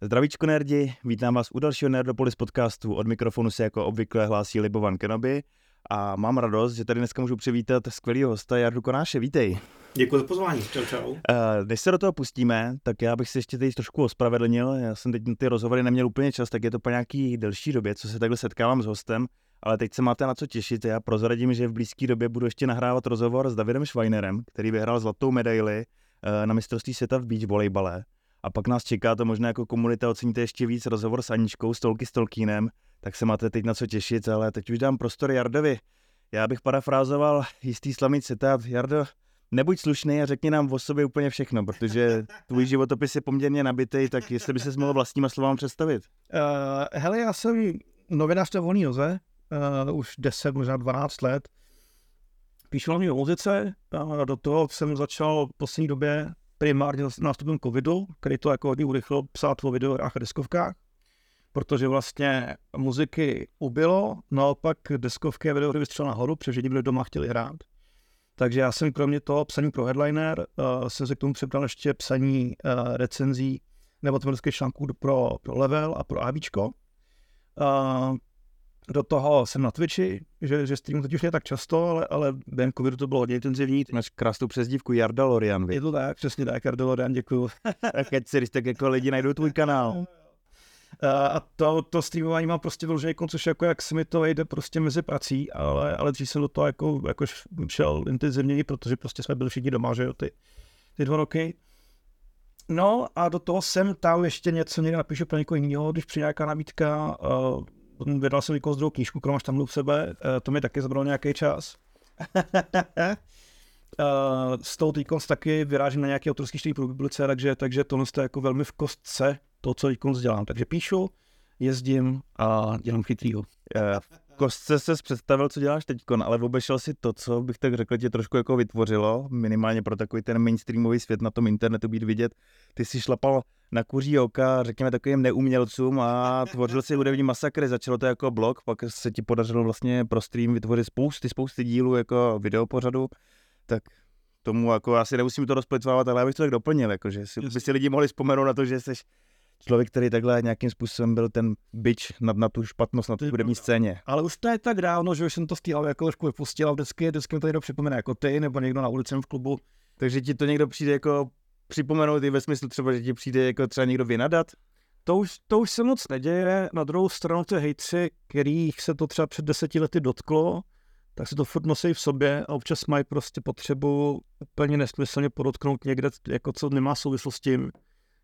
Zdravíčko nerdi, vítám vás u dalšího Nerdopolis podcastu. Od mikrofonu se jako obvykle hlásí Libovan Kenobi a mám radost, že tady dneska můžu přivítat skvělýho hosta Jardu Konáše. Vítej. Děkuji za pozvání. Čau. Než se do toho pustíme, tak já bych se ještě tady trošku ospravedlnil. Já jsem teď ty rozhovory neměl úplně čas, tak je to po nějaký delší době, co se takhle setkávám s hostem, ale teď se máte na co těšit. Já prozradím, že v blízké době budu ještě nahrávat rozhovor s Davidem Schweinerem, který vyhrál zlatou medaili na mistrovství světa v beach volejbale. A pak nás čeká to možná jako komunita, oceníte ještě víc rozhovor s Aničkou, s Tolkienem, tak se máte teď na co těšit, ale teď už dám prostor Jardovi. Já bych parafrázoval jistý slavný citát. Jardo, nebuď slušný a řekni nám o sobě úplně všechno, protože tvůj životopis je poměrně nabitý, tak jestli by ses mohl vlastníma slovama představit. Hele, já jsem novinář na volný noze, už 10, možná 12 let. Píšu hlavně o muzice, a do toho jsem začal v poslední době primárně nástupem covidu, který to jako hodně urychlil psát o videohrách a deskovkách, protože vlastně muziky ubylo, naopak deskovky a videohry vystřelil nahoru, protože všichni byli doma chtěli hrát. Takže já jsem kromě toho psaní pro Headliner, jsem se k tomu přibral ještě psaní recenzí nebo tvrdských článků pro Level a pro ABčko. Do toho jsem na Twitchi, že streamu teď už ne tak často, ale během covidu to bylo hodně intenzivní. Máš krásnou přezdívku Jarda Lorian, Je to tak, přesně tak, Jarda Lorian, děkuju. Tak ať si, když tak jako lidi najdou tvůj kanál. A to streamování mám prostě vyložený což jako jak se mi to vejde prostě mezi prací, ale dřív jsem do toho jako šel intenzivněji, protože prostě jsme byli všichni doma, že jo, ty 2 roky. No a do toho jsem tam ještě něco někde napíšu pro někoho jiného, když přijde nějaká nabídka. Vydal jsem někoho z druhou knížku, kterou máš tam v sebe, to mi taky zabralo nějaký čas. S tou týkonc taky vyrážím na nějaký autorský čtení pro publice, takže tohle je jako velmi v kostce to, co týkonc dělám. Takže píšu, jezdím a dělám chytrýho. V kostce ses představil, co děláš teďkon, ale obešel si to, co bych tak řekl, tě trošku jako vytvořilo, minimálně pro takový ten mainstreamový svět na tom internetu být vidět. Ty si šlapal na kuří oka, řekněme, takovým neumělcům a tvořil si hudební masakry. Začalo to jako blog, pak se ti podařilo vlastně pro stream vytvořit spousty dílů jako videopořadu, tak tomu jako asi nemusím to rozplitvávat, ale já bych to tak doplnil, jako, že by si lidi mohli vzpomenout na to, že jsi člověk, který takhle nějakým způsobem byl ten bič na tu špatnost na té hudební scéně. Ale už to je tak dávno, že už jsem to z té hlavy jako trošku vypustil a vždycky mi to někdo připomene jako ty, nebo někdo na ulici v klubu. Takže ti to někdo přijde jako připomenout i ve smyslu třeba, že ti přijde jako třeba někdo vynadat? To už se moc neděje, na druhou stranu ty hejtři, kterých se to třeba před 10 lety dotklo, tak si to furt nosí v sobě a občas mají prostě potřebu úplně nesmyslně podotknout někde, jako co nemá souvislost s tím,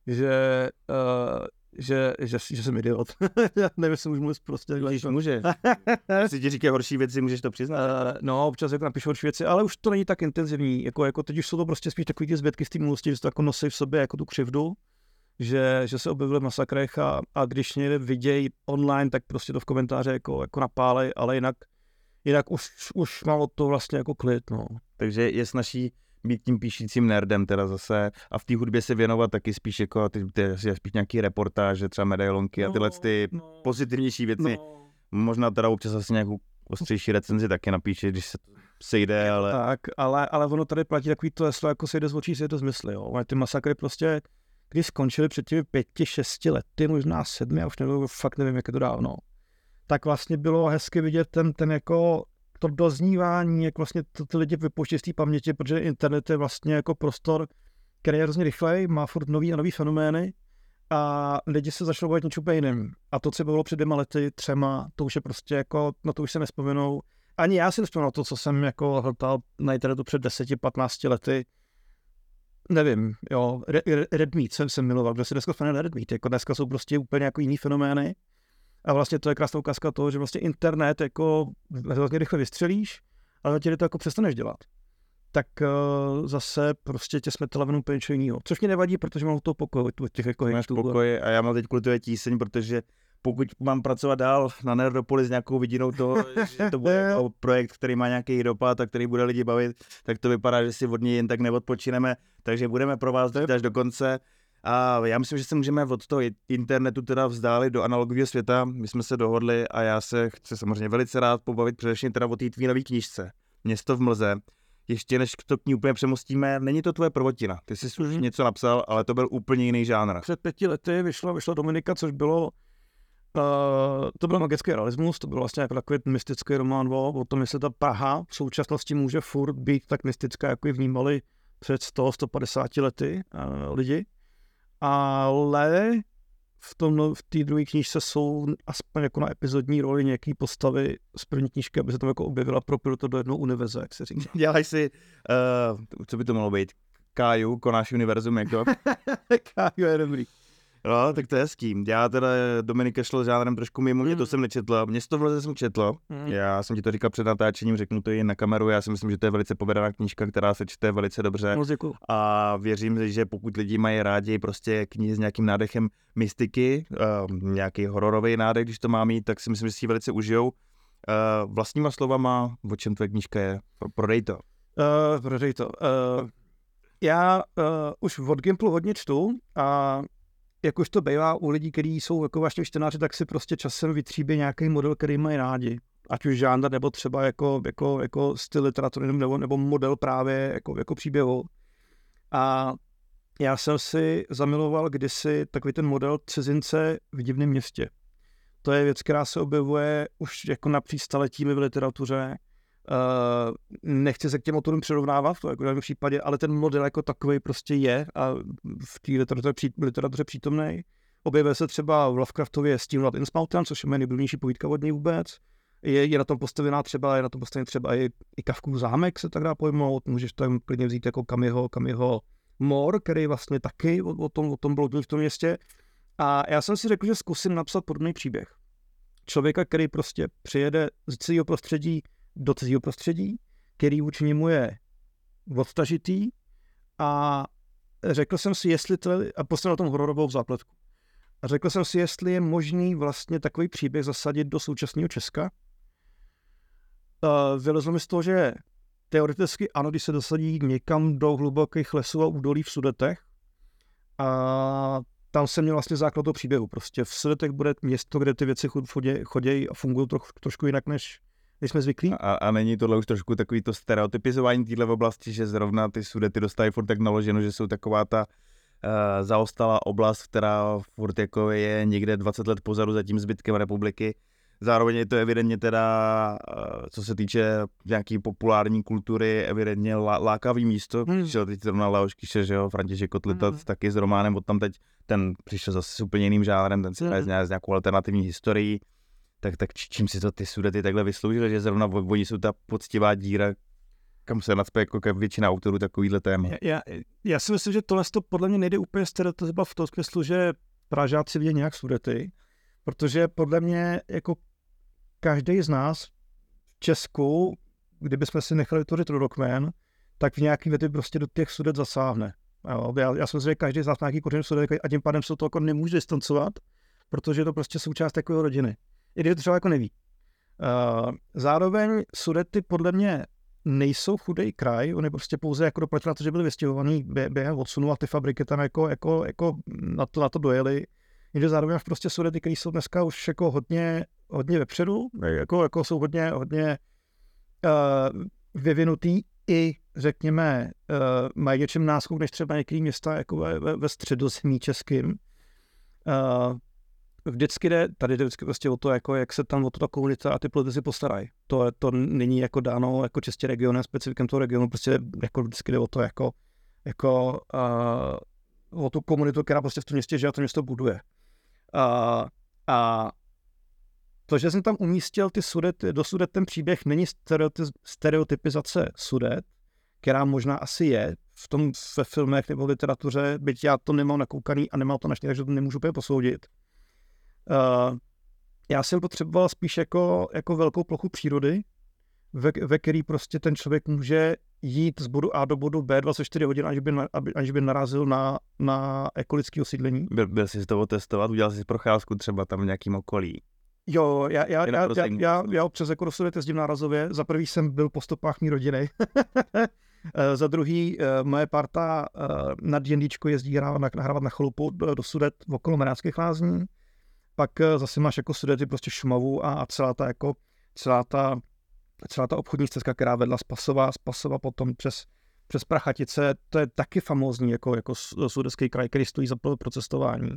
že jsem idiot. Nevím, jestli můžu mluvit prostě takhle. Může. Si ti říkají horší věci, můžeš to přiznat? No, občas jako napíšu horší věci, ale už to není tak intenzivní. Jako teď už jsou to prostě spíš takový ty zbytky z té minulosti, že to jako nosí v sobě jako tu křivdu, že se objevily v masakrech a když někde vidějí online, tak prostě to v komentáře jako napálej, ale jinak už mám od toho vlastně jako klid, no. Takže je snaží být tím píšícím nerdem teda zase a v té hudbě se věnovat taky spíš jako ty spíš nějaký reportáže, třeba medailonky a tyhle ty pozitivnější věci. No. Možná teda občas asi nějakou ostřejší recenzi taky napíše, když se sejde, ale... Tak, ale ono tady platí takový to heslo, jako sejde z očí, sejde z mysli, jo. Ty masakry prostě, když skončily před těmi 5-6 lety, možná 7, já už fakt nevím, jak je to dávno, tak vlastně bylo hezky vidět ten jako to doznívání, jak vlastně ty lidi vypouští z té paměti, protože internet je vlastně jako prostor, který je hrozně rychlej, má furt nový fenomény a lidi se začnou bavit něčím jiným. A to, co bylo před 2 lety, 3, to už je prostě jako, na to už se nespomenou. Ani já si nespomínám to, co jsem jako hltal na internetu před 10-15 lety. Nevím, jo, Red Meat jsem miloval, kdo si dneska vzpomněl na Red Meat, jako dneska jsou prostě úplně jako jiný fenomény. A vlastně to je krásná ukázka toho, že vlastně internet jako vlastně rychle vystřelíš, ale tě to jako přestaneš dělat. Tak zase prostě tě smetela ven úplně něco jinýho. Což mě nevadí, protože mám to pokoj. Máš pokoj a já mám teď kvůli tvé tíseň, protože pokud mám pracovat dál na Nerdopolis s nějakou vidinou toho, že to bude jako projekt, který má nějaký dopad a který bude lidi bavit, tak to vypadá, že si od něj jen tak neodpočineme, takže budeme pro vás až do konce. A já myslím, že se můžeme od toho internetu teda vzdálit do analogového světa. My jsme se dohodli a já se chci samozřejmě velice rád pobavit především teda o té tvý nový knížce Město v mlze. ještě než to k ní úplně přemostíme, není to tvoje prvotina. Ty jsi už něco napsal, ale to byl úplně jiný žánr. Před 5 lety vyšla Dominika, což bylo to byl magický realismus, to byl vlastně jako takový mystický román o tom, jestli ta Praha v současnosti může furt být tak mystická, jako ji vnímali před 100-150 lety lidi. Ale v té druhé knížce jsou aspoň jako na epizodní roli nějaký postavy z první knížky, aby se tam jako objevila, propil to do jednoho univerza, jak se říká. Dělaj si, co by to mohlo být? Káju, konáš univerzum, jako? Káju je dobrý. No, tak to je hezký. Já teda Dominika šlo žánrem trošku mimo mě, to jsem nečetl. Město v Lze jsem četl. Já jsem ti to říkal před natáčením, řeknu to i na kameru. Já si myslím, že to je velice povedená knížka, která se čte velice dobře. A věřím, že pokud lidi mají rádi prostě knihy s nějakým nádechem mystiky, nějaký hororový nádech, když to má mít, tak si myslím, že si ji velice užijou. Vlastníma slovama, o čem tvoje knížka je? Prodej to. Prodej to. Já už od Gimplu hodně čtu a jak už to bývá u lidí, kteří jsou jako vaši čtenáři, tak si prostě časem vytříbí nějaký model, který mají rádi. Ať už žánr, nebo třeba jako styl literatury, nebo model právě jako příběhu. A já jsem si zamiloval kdysi takový ten model cizince v divném městě. To je věc, která se objevuje už jako napříč staletími v literatuře. Nechci se k těm autorům přirovnávat, to jako v žádném případě, ale ten model jako takový prostě je a v té literatuře přítomnej. Objevuje se třeba v Lovecraftově Steam Blood Innsmouth, což je moje nejblíbenější povídka od něj vůbec. Je na tom postavená třeba, i Kafkův zámek, se tak dá pojmout. Můžeš tam klidně vzít jako Kamiho Mor, který vlastně taky o tom bloudí v tom městě. A já jsem si řekl, že zkusím napsat podobný příběh. Člověka, který prostě přijede z cizího prostředí do cizího prostředí, který vůči němu je odtažitý a řekl jsem si, a postavil na tom hororovou zápletku. A řekl jsem si, jestli je možný vlastně takový příběh zasadit do současného Česka. Vylezlo mi z toho, že teoreticky ano, když se dosadí někam do hlubokých lesů a údolí v Sudetech, a tam se měl vlastně základ toho příběhu. Prostě v Sudetech bude město, kde ty věci chodějí a fungují trošku jinak, než jsme zvyklí. A není tohle už trošku takový to stereotypizování téhle oblasti, že zrovna ty Sudety dostávají furt tak naloženo, že jsou taková ta zaostalá oblast, která furt jako je někde 20 let pozadu za tím zbytkem republiky. Zároveň je to evidentně teda, co se týče nějaký populární kultury, evidentně lákavý místo. Přišel teď zrovna Leoš Kyše, že jo, František Kotlita taky s románem, od tam teď ten přišel zase s úplně jiným žánrem, ten se s nějakou alternativní historií. Tak čím si to ty Sudety takhle vysloužily, že zrovna oni jsou ta poctivá díra, kam se nacpe jako většina autorů takovýhle téma. Já si myslím, že tohle podle mě nejde úplně stereotypa v tom smyslu, že Pražáci vidějí nějak Sudety, protože podle mě jako každý z nás v Česku, kdybychom si nechali vytvořit rodokmen, tak v nějaký věty prostě do těch Sudet zasáhne. Já si myslím, že každý z nás nějaký kořen Sudet a tím pádem se to jako nemůže distancovat, protože je to prostě součást takové rodiny. I když to třeba jako neví. Zároveň Sudety podle mě nejsou chudej kraj, oni prostě pouze jako doplatili na to, že byli vystěhovaní během odsunu a ty fabriky tam jako na to dojeli. Jenže zároveň prostě Sudety, které jsou dneska už jako hodně vepředu, jako jsou hodně vyvinutý i řekněme mají něčem náskok než třeba některé města jako ve středozemí českým. Vždycky jde prostě o to, jako jak se tam o to ta komunita a ty politici postarají. To není jako dáno jako čistě regionem, specifikem toho regionu, prostě jako vždycky jde o to, o tu komunitu, která prostě v tom městě žije a to město buduje. A to, že jsem tam umístil ty Sudety, do Sudet ten příběh není stereotypizace Sudet, která možná asi je ve filmech nebo v literatuře, byť já to nemám nakoukaný a nemám to naštěstí, takže to nemůžu úplně posoudit. Já jsem potřeboval spíš jako velkou plochu přírody, ve který prostě ten člověk může jít z bodu A do bodu B 24 hodin, aniž by narazil na ekologické osídlení. Byl jsi to testovat, udělal jsi procházku třeba tam v nějakým okolí? Jo, já občas jako do Sudet jezdím nárazově. Za prvý jsem byl po stopách mý rodiny. Za druhý moje parta na D&Dčko jezdí nahrávat na chalupu do Sudet okolo Mariánských Lázní. Pak zase máš jako Sudety prostě Šumavu a celá ta celá ta obchodní stezka, která vedla z Pasova potom přes Prachatice, to je taky famózní jako sudetský kraj, který stojí za pro cestování.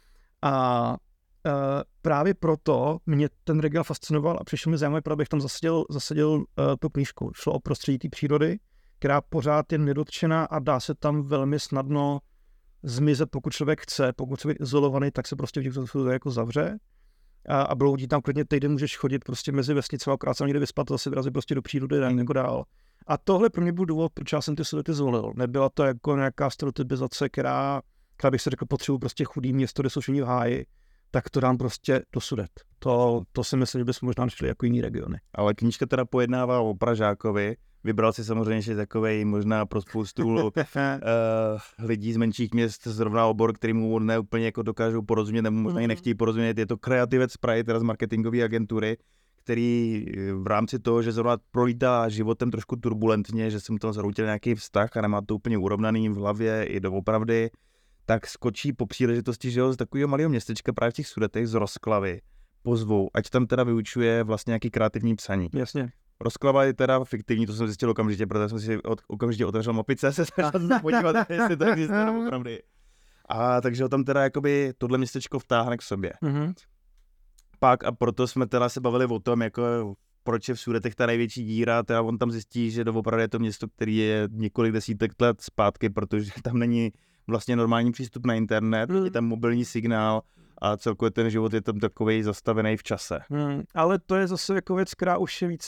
A právě proto mě ten region fascinoval a přišel mi zajímavý, protože bych tam zasadil tu knížku. Šlo o prostředí té přírody, která pořád je nedotčená a dá se tam velmi snadno zmizet, pokud člověk chce. Pokud chce být izolovaný, tak se prostě v těch jako zavře. A bloudí tam klidně týden, můžeš chodit prostě mezi vesnicemi, akorát se někde vyspat, zase vyrazit prostě do přírody, jako dál. A tohle pro mě byl důvod, proč já jsem ty Sudety zvolil. Nebyla to jako nějaká stereotypizace, která bych si řekl, potřebuji prostě chudý město, kde jsou všichni v háji, tak to dám prostě do Sudet. To si myslím, že bychom možná našli jako jiný regiony. Ale knížka teda pojednává o Pražákovi. Vybral si samozřejmě, že takovej možná pro spoustu lidí z menších měst zrovna obor, kterýmu neúplně jako dokážou porozumět, nebo možná i nechtějí porozumět. Je to kreativec z Prahy, teda z marketingové agentury, který v rámci toho, že zrovna prolítá životem trošku turbulentně, že se mu tam zhroutil nějaký vztah a nemá to úplně urovnaný v hlavě i doopravdy, tak skočí po příležitosti, že jo, z takového malého městečka právě v těch Sudetech z Rozklavy pozvou, ať tam teda vyučuje vlastně nějaký kreativní psaní. Jasně. Rozklava je teda fiktivní, to jsem zjistil okamžitě, protože jsem si okamžitě otevřel mapice, se podívat, jestli to existuje opravdu. A takže ho tam teda jakoby tohle městečko vtáhne k sobě. Mm-hmm. Pak a proto jsme teda se bavili o tom, jako proč je v Sudetech ta největší díra, teda on tam zjistí, že doopravdy je to město, který je několik desítek let zpátky, protože tam není vlastně normální přístup na internet, je tam mobilní signál a celkově ten život je tam takovej zastavený v čase. Ale to je zase jako věc, která už je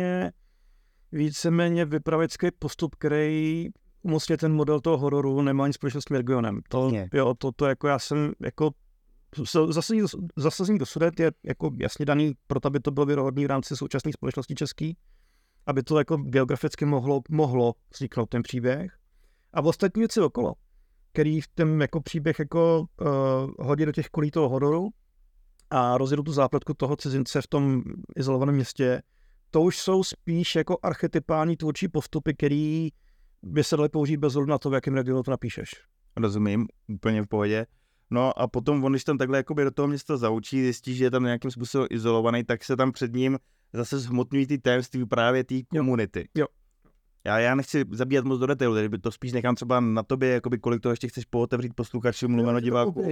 víceméně vypravěcký postup, který umocňuje ten model toho hororu, nemá nic společného s regionem. To jako já jsem jako zasazení do Sudet je jako jasně daný, proto aby to bylo věrohodný v rámci současné společnosti český, aby to jako geograficky mohlo vzniknout ten příběh. A ostatní věci okolo, který v ten jako příběh jako hodí do těch kolí toho hororu a rozjedou tu zápletku toho cizince v tom izolovaném městě, to už jsou spíš jako archetypální tvůrčí postupy, který by se daly použít bez ohledu na to, v jakém regionu to napíšeš. Rozumím, úplně v pohodě. No a potom on, když tam takhle jakoby do toho města zaučí, zjistí, že je tam nějakým způsobem izolovaný, tak se tam před ním zase zhmotňují ty tajemství právě té komunity. Jo. Já nechci zabíjat moc do detailu, takže to spíš nechám třeba na tobě, jakoby kolik toho ještě chceš pootevřít posluchačům, mluveno diváků.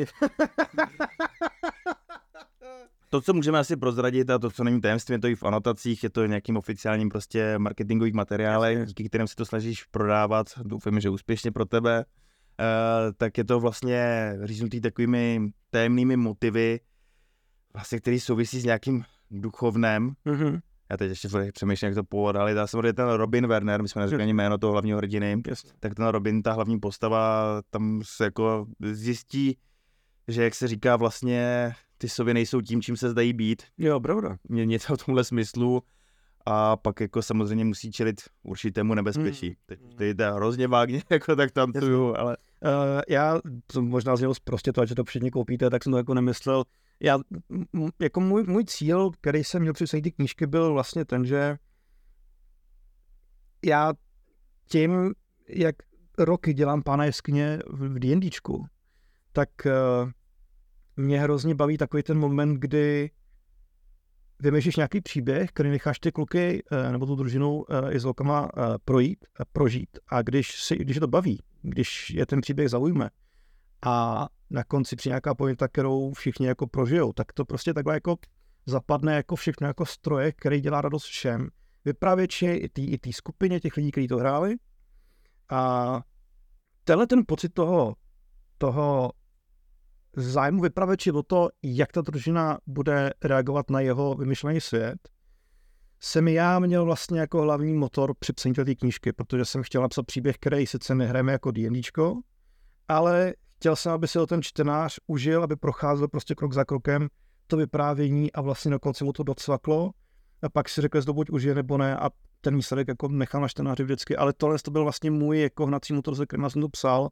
To, co můžeme asi prozradit a to, co není tajemství, je to i v anotacích, je to nějakým oficiálním prostě marketingových materiálech, díky kterým si to snažíš prodávat, doufám, že úspěšně pro tebe, tak je to vlastně říznutý takovými tajemnými motivy, vlastně, který souvisí s nějakým duchovnem. Mm-hmm. Já teď ještě přemýšlím, jak to původali. Dá samozřejmě ten Robin Werner, my jsme neřekli ani jméno toho hlavního hrdiny, tak ten Robin, ta hlavní postava, tam se jako zjistí, že jak se říká vlastně, ty sovy nejsou tím, čím se zdají být. Jo, pravda. Něco v tomhle smyslu a pak jako samozřejmě musí čelit určitému nebezpečí. Teď to hrozně vágně, jako tak tam tuju, ale... Já, to možná znělo prostě to, že to všichni koupíte, tak jsem to jako nemyslel. Jako můj cíl, který jsem měl při psaní ty knížky, byl vlastně ten, že já tím, jak roky dělám Pána jeskyně v D&Dčku, tak mě hrozně baví takový ten moment, kdy vymýšlíš nějaký příběh, který necháš ty kluky nebo tu družinu i s holkama prožít a když je to baví, když je ten příběh zaujme a na konci při nějaká pointa, kterou všichni jako prožijou, tak to prostě takhle jako zapadne jako všechno jako stroje, který dělá radost všem. Vypravěči i té skupině těch lidí, kteří to hráli. A tenhle ten pocit toho zájmu vypravěči o to, jak ta družina bude reagovat na jeho vymyšlený svět, jsem já měl vlastně jako hlavní motor při psaní té knížky, protože jsem chtěl napsat příběh, který sice nehrajeme jako D&Dčko, ale chtěl jsem, aby si ho ten čtenář užil, aby procházel prostě krok za krokem to vyprávění a vlastně na konci mu to docvaklo a pak si řekl, jestli to buď užije nebo ne a ten výsledek jako nechal na čtenáři vždycky, ale tohle to byl vlastně můj jako hnací motor, se kterým jsem to psal.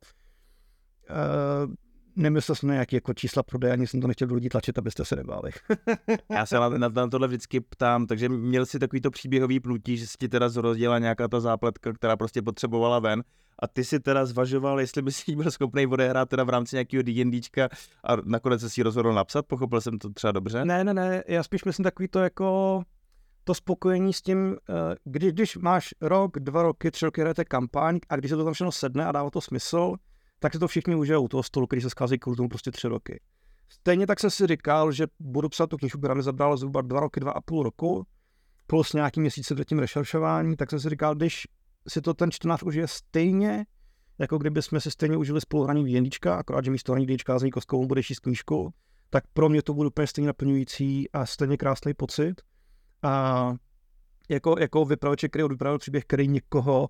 Nemyslel jsem na nějaké jako čísla prodeje, ani jsem to nechtěl do lidí tlačit, abyste se nebáli. Já se na tohle vždycky ptám, takže měl jsi takovýto příběhový plutí, že si ti teda zrozdila nějaká ta zápletka, která prostě potřebovala ven a ty si teda zvažoval, jestli by si byl schopný odehrát teda v rámci nějakého D&Dčka a nakonec se si rozhodl napsat, pochopil jsem to třeba dobře? Ne, já spíš myslím takový to jako to spokojení s tím, když máš rok, 2 roky, 3 roky hrajete kampaň a když se to tam všechno sedne a dává to smysl, tak se to všichni užijou u toho stolu, který se schází kvůli tomu prostě 3 roky. Stejně tak jsem si říkal, že budu psát tu knihu, která mi zabrala zhruba 2 roky, 2,5 roku, plus nějaký měsíce před tím rešeršování, tak jsem si říkal, když si to ten čtenář užije stejně, jako kdyby jsme si stejně užili spoluhraní D&Dčka, akorát, že místo hraní D&Dčka s kostkou bude číst knížku, tak pro mě to bude úplně stejně naplňující a stejně krásný pocit. A jako vypravěč, který vypravil příběh, který někoho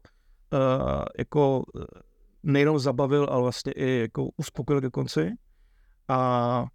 nejenom zabavil, ale vlastně i jako uspokojil ke konci. A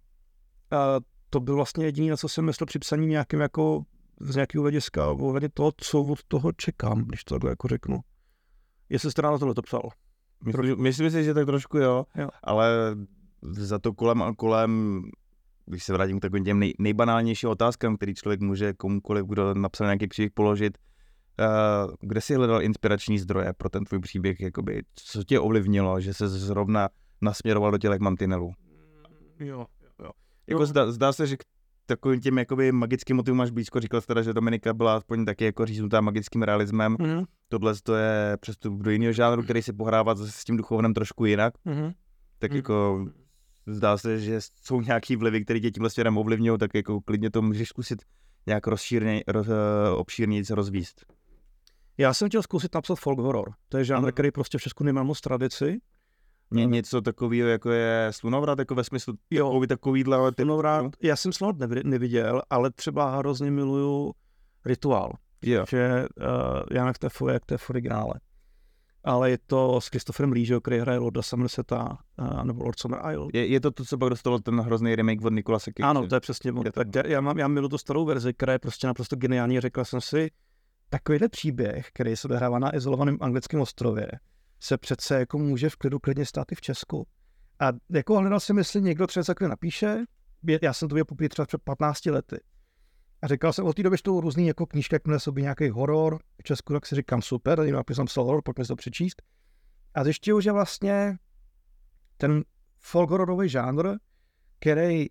to byl vlastně jediný, na co jsem myslel při psaní nějakým jako z nějakého hlediska, ohledně toho, co od toho čekám, když to takhle jako řeknu. Jestli jste na tohle to psal. Myslím si, že tak trošku jo. Ale za to kolem, když se vrátím k takovým těm nejbanálnějším otázkám, který člověk může komukoliv, kdo napsal nějaký příběh, položit, kde jsi hledal inspirační zdroje pro ten tvůj příběh, jakoby, co tě ovlivnilo, že se zrovna nasměroval do těch mantinelů? Jo. Jako zdá se, že k takovým těm jakoby magickým motivům máš blízko. Říkal jsi teda, že Dominika byla aspoň taky jako říznutá magickým realismem. Tohle to je přestup do jiného žánru, který si pohrává zase s tím duchovnem trošku jinak. Tak jako zdá se, že jsou nějaký vlivy, které tě tímhle směrem ovlivňují, tak jako klidně to můžeš zkusit nějak obšírněji rozvíst. Já jsem chtěl zkusit napsat folk horror. To je žánr, který prostě v Česku nemá moc tradici. Něco takového, jako je Slunovrat, jako ve smyslu takovýhle. Slunovrat, já jsem Slunovrat neviděl, ale třeba hrozně miluju Rituál. Jo. Že Janek Tefo je v originále. Ale je to s Christopherem Lee, který hraje Lorda Somerseta, nebo Lord Summer Isle. Je to, co pak dostalo ten hrozný remake od Nicolase Cage? Ano, to je přesně. Já miluji tu starou verzi, která je prostě naprosto geniální. Řekl jsem si, takovýhle příběh, který se odehrává na izolovaném anglickém ostrově, se přece jako může v klidu klidně stát i v Česku. A jako hledal jsem, jestli někdo třeba takhle napíše, já jsem to měl poprvé třeba před 15 lety. A říkal jsem, od té doby jsou různý jako knížky, jak měl sobě nějaký horor, v Česku tak si říkám super, tady jsem psal horor, pojďme si to přečíst. A zjišťuju, že vlastně ten folk hororový žánr, který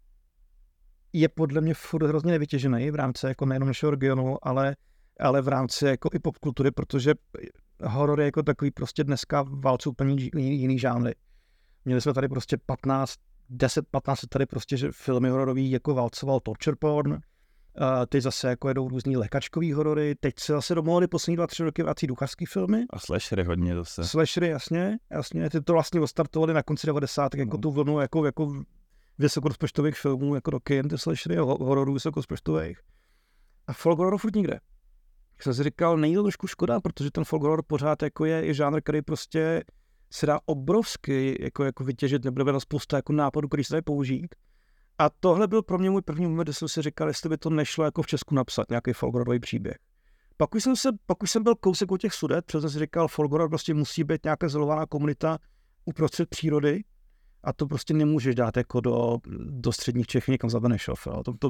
je podle mě furt hrozně nevytěžený v rámci jako nejenom našeho regionu, ale v rámci jako i popkultury, protože horor je jako takový prostě dneska válcou úplně jiný žánry. Měli jsme tady prostě 10-15 tady prostě, že filmy hororový jako válcoval torture porn, teď zase jako jedou různý lékačkový horory, teď se zase domohli poslední 2-3 roky vrací duchařský filmy. A slashery hodně zase. Slashery, jasně, ty to vlastně odstartovali na konci 90. jako tu vlnu jako vysokorozpočtových filmů, jako do kin, ty slashery a hororů vysokorozpočtových. A folk hororu furt nikde. Jsem si říkal, není to trošku škoda, protože ten folk horror pořád jako je žánr, který prostě se dá obrovsky jako vytěžit, nebude spousta jako nápadů, který se dají použít. A tohle byl pro mě můj první moment, kde jsem si říkal, jestli by to nešlo jako v Česku napsat nějaký folk hororový příběh. Pak už jsem byl kousek od těch Sudet, protože jsem si říkal, folk horror prostě musí být nějaká izolovaná komunita uprostřed přírody a to prostě nemůžeš dát jako do středních Čech někam za Benešov.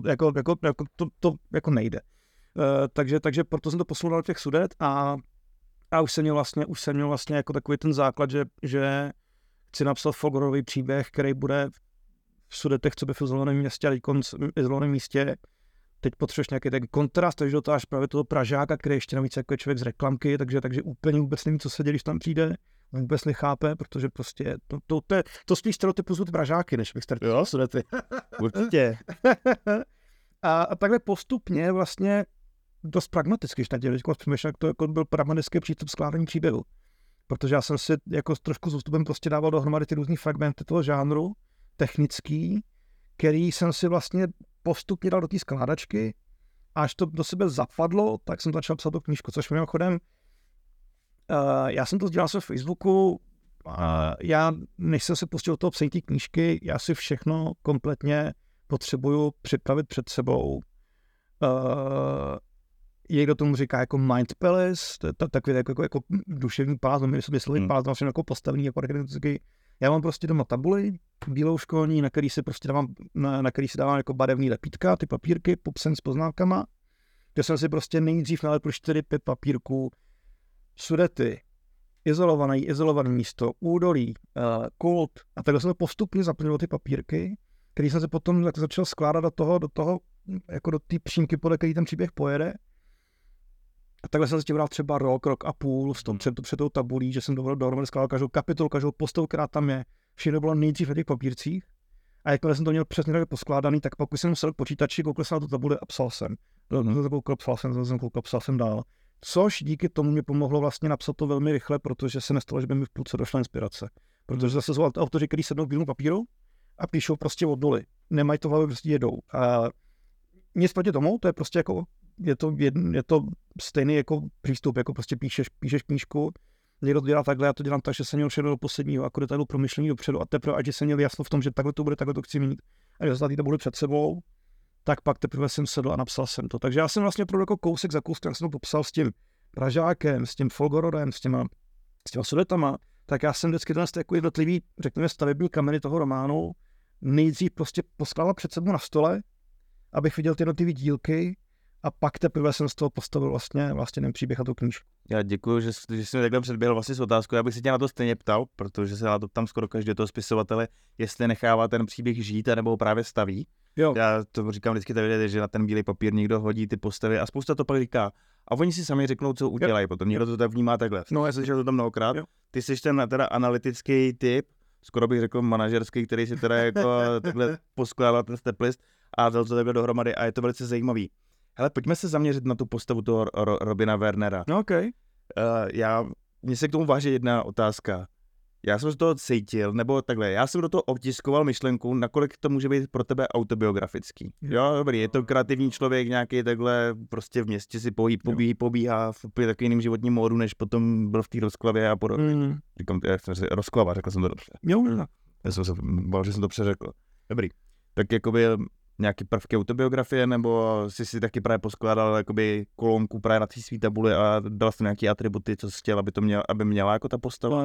To jako nejde. Takže proto jsem to posunul do těch Sudet a už jsem měl vlastně jako takový ten základ, že chci napsat folk hororový příběh, který bude v Sudetech, co by v izolovaném městě a v izolovaném místě. Teď potřebuješ nějaký ten kontrast, takže dotáš právě toho Pražáka, který ještě navíc jako je člověk z reklamky, takže úplně vůbec neví, co se děje, když tam přijde. On vůbec nechápe, protože prostě to spíš stereotypu jsou ty Pražáky, než bych stereotypu Sudety. Určitě. a takhle postupně vlastně dost pragmaticky, když přemýšlel, to jako byl pragmatický přístup skládání příběhu. Protože já jsem si jako trošku s ústupem prostě dával dohromady ty různý fragmenty toho žánru, technický, který jsem si vlastně postupně dal do té skládačky a až to do sebe zapadlo, tak jsem začal psát tu knížku, což mimochodem já jsem to sdělal na Facebooku, já než jsem se pustil do toho psaní té knížky, já si všechno kompletně potřebuju připravit před sebou. Někdo tomu říká jako Mind Palace, to je takový jako duševní palác, myslový palác, vlastně jako postavený, jako organický. Já mám prostě doma tabuli, bílou školní, na který si dávám jako barevný lepítka, ty papírky, popsaný s poznámkama, kde jsem si prostě nejdřív nalepil 4-5 papírků, Sudety, izolované místo, údolí, kult, a takhle jsem to postupně zaplnil ty papírky, který jsem se potom začal skládat do toho, jako do té přímky, podle který ten příběh pojede. A takhle jsem se tím hrál třeba rok a půl v tom před tou tabulí, že jsem dohromady skládal každou kapitolu, každou postavu, která tam je. Všechno bylo nejdřív na těch papírcích. A jakmile jsem to měl přesně tak poskládaný, tak pak už jsem sedl k počítači, koukal jsem na tu tabuli a psal jsem. Psal jsem dál. Což díky tomu mě pomohlo vlastně napsat to velmi rychle, protože se nestalo, že by mi v půlce došla inspirace. Protože zase jsou autoři, kteří sednou k bílému papíru a píšou prostě od nuly. Nemají to v hlavě, prostě jedou. A nic proti tomu, to je prostě jako, je to stejný jako přístup, jako prostě píšeš knížku, někdo to dělá takhle, já to dělám tak, že jsem měl všechno do posledního jako detailu promyšlení dopředu a teprve, ať jsem měl jasno v tom, že takhle to bude, takhle to chci mít a že zase to bude před sebou, tak pak teprve jsem sedl a napsal jsem to. Takže já jsem vlastně pro jako kousek za kousek, jak jsem to popsal s tím Pražákem, s tím Folgorodem, s těma sudetama, tak já jsem vždycky ten jako jednotlivý, řekněme, stavební kameny toho románu nejdřív prostě poskládal před sebou na stole, abych viděl ty jednotlivé dílky a pak teprve jsem z toho postavil vlastně ten příběh a tu knížku. Já děkuji, že jsi mi takhle předběhl vlastně s otázkou. Já bych se tě na to stejně ptal, protože se na to tam skoro každý toho spisovatele, jestli nechává ten příběh žít, anebo ho právě staví. Jo. Já to říkám vždycky tak, že na ten bílý papír někdo hodí ty postavy a spousta to pak říká. A oni si sami řeknou, co udělají potom. Někdo to tak vnímá takhle. No, já slyšel to tam mnohokrát. Jo. Ty jsi ten teda analytický typ, skoro bych řekl manažerský, který si teda jako takhle poskládal ten step list a dal to takhle dohromady a je to velice zajímavý. Hele, pojďme se zaměřit na tu postavu toho Robina Wernera. No, okay. Mně se k tomu váží jedna otázka. Já jsem z toho cítil, nebo takhle, já jsem do toho obtiskoval myšlenku, nakolik to může být pro tebe autobiografický. Jo, dobrý, je to kreativní člověk, nějaký takhle prostě v městě si pobíhá v úplně takovým jiným životním módu, než potom byl v té rozklavě a podobně. Říkám, jak jsem si rozklava, řekl jsem to dobře. Jo, já jsem se bál, že jsem to přeřekl. Dobrý, tak jakoby nějaký prvky autobiografie, nebo si taky právě poskládal jakoby kolonku právě na té svý tabuli a dal jsi nějaký atributy, co jsi chtěl, aby měla jako ta postava?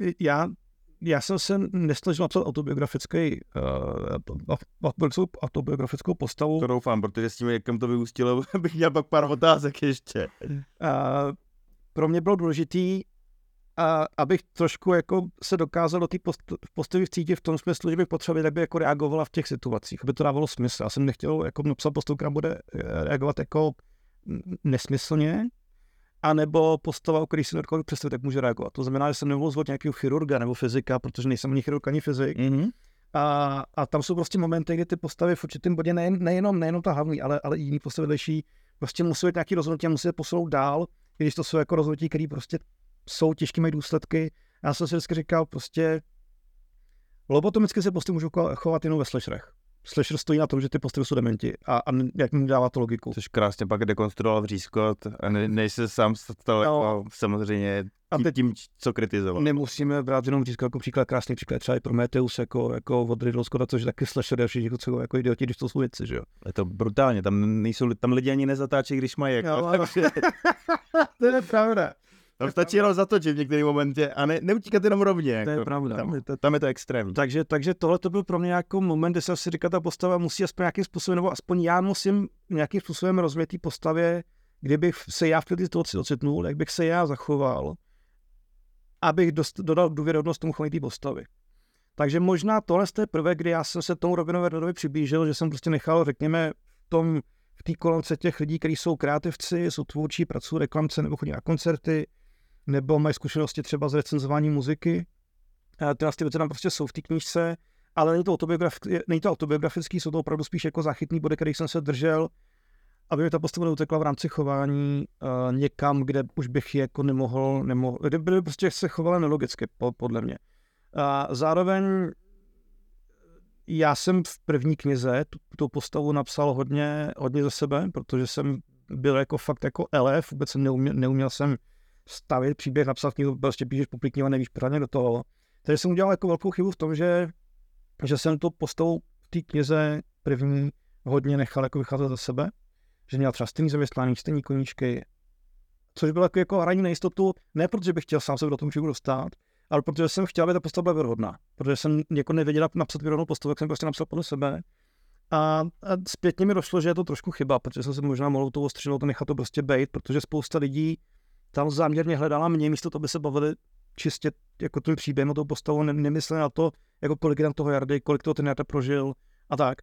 Já jsem se nesnažil napsat autobiografickou postavu. To doufám, protože s tím, jakým to vyústilo, bych měl pak pár otázek ještě. Pro mě bylo důležitý, abych trošku jako se dokázal do té postavy vcítit v tom smyslu, že bych potřeboval, aby jako reagovala v těch situacích, aby to dávalo smysl. Já jsem nechtěl jako napsat postavu, která bude reagovat jako nesmyslně, anebo postava, o který si nedokážu představit, jak může reagovat. To znamená, že jsem nemohl zvolit nějakého chirurga nebo fyzika, protože nejsem ani chirurg, ani fyzik. Mm-hmm. A tam jsou prostě momenty, kdy ty postavy v určitém bodě, nejenom ta hlavní, ale i jiný postavy další, prostě musí být nějaký rozhodnutí a musí se posunout dál, když to jsou jako rozhodnutí, které prostě jsou těžké, mají důsledky. Já jsem si vždycky říkal, prostě lobotomicky se postavy můžou chovat jenom ve slasherech. Slasher stojí na tom, že ty postavy jsou dementi a jak mi dává to logiku. Což krásně pak dekonstruoval Vřískot a nejsi sám stal jako samozřejmě tím, co kritizoval. Nemusíme brát jenom Vřískot jako příklad, krásný příklad, třeba i Prometheus jako od Ridley Scotta, což je taky slasher, všichni jako idioti, když to jsou věci, že jo. Je to brutálně, tam lidi ani nezatáčí, když mají jako. To je pravda. Tam stačí jenom zatočit v některém momentě a neutíkat jenom rovně. Jako. To je pravda. Tam je to extrémní. Takže tohle to byl pro mě jako moment, kdy jsem si říkal, ta postava musí aspoň nějakým způsobem, nebo aspoň já musím nějakým způsobem rozumět té postavě, kdybych se já v té situaci ocitnul, jak bych se já zachoval, abych dodal důvěryhodnost tomu chování té postavy. Takže možná tohle je prvé, kdy já jsem se tomu Robinu Wernerovi přiblížil, že jsem prostě nechal, řekněme, v té kolonce těch lidí, kteří jsou kreativci, jsou tvůrčí, pracují reklamce nebo chodí na koncerty, nebo mají zkušenosti třeba z recenzování muziky. Tyhle věci tam prostě jsou v té knížce, ale není to autobiografický, jsou to opravdu spíš jako záchytný body, kterých jsem se držel, aby mi ta postava neutekla v rámci chování někam, kde už bych ji jako nemohl, kde by prostě se chovala nelogicky, podle mě. Zároveň já jsem v první knize tu postavu napsal hodně za sebe, protože jsem byl jako fakt jako elef, vůbec neuměl jsem stavit příběh, napsat knihu, prostě píšeš publikně a nevíš pořádně do toho. Takže jsem udělal jako velkou chybu v tom, že jsem tu postavu v té knize první hodně nechal jako vycházet za sebe, že měl třeba stejný zaměstnání, stejný koníčky, což bylo jako hraní na jistotu, ne protože bych chtěl sám se do toho příběhu dostat, ale protože jsem chtěl, aby ta postava byla věrohodná. Protože jsem jako nevěděl napsat věrohodnou postavu, jak jsem prostě napsal podle sebe. A zpětně mi došlo, že je to trošku chyba, protože jsem se možná mohl tou ostřinou to nechat to prostě bejt, protože spousta lidí tam záměrně hledala mě, místo toho, aby se bavili čistě jako tím příběhem o tou postavu, nemysleli na to, jako kolik je tam toho Jardy, kolik toho ten Jarda prožil a tak.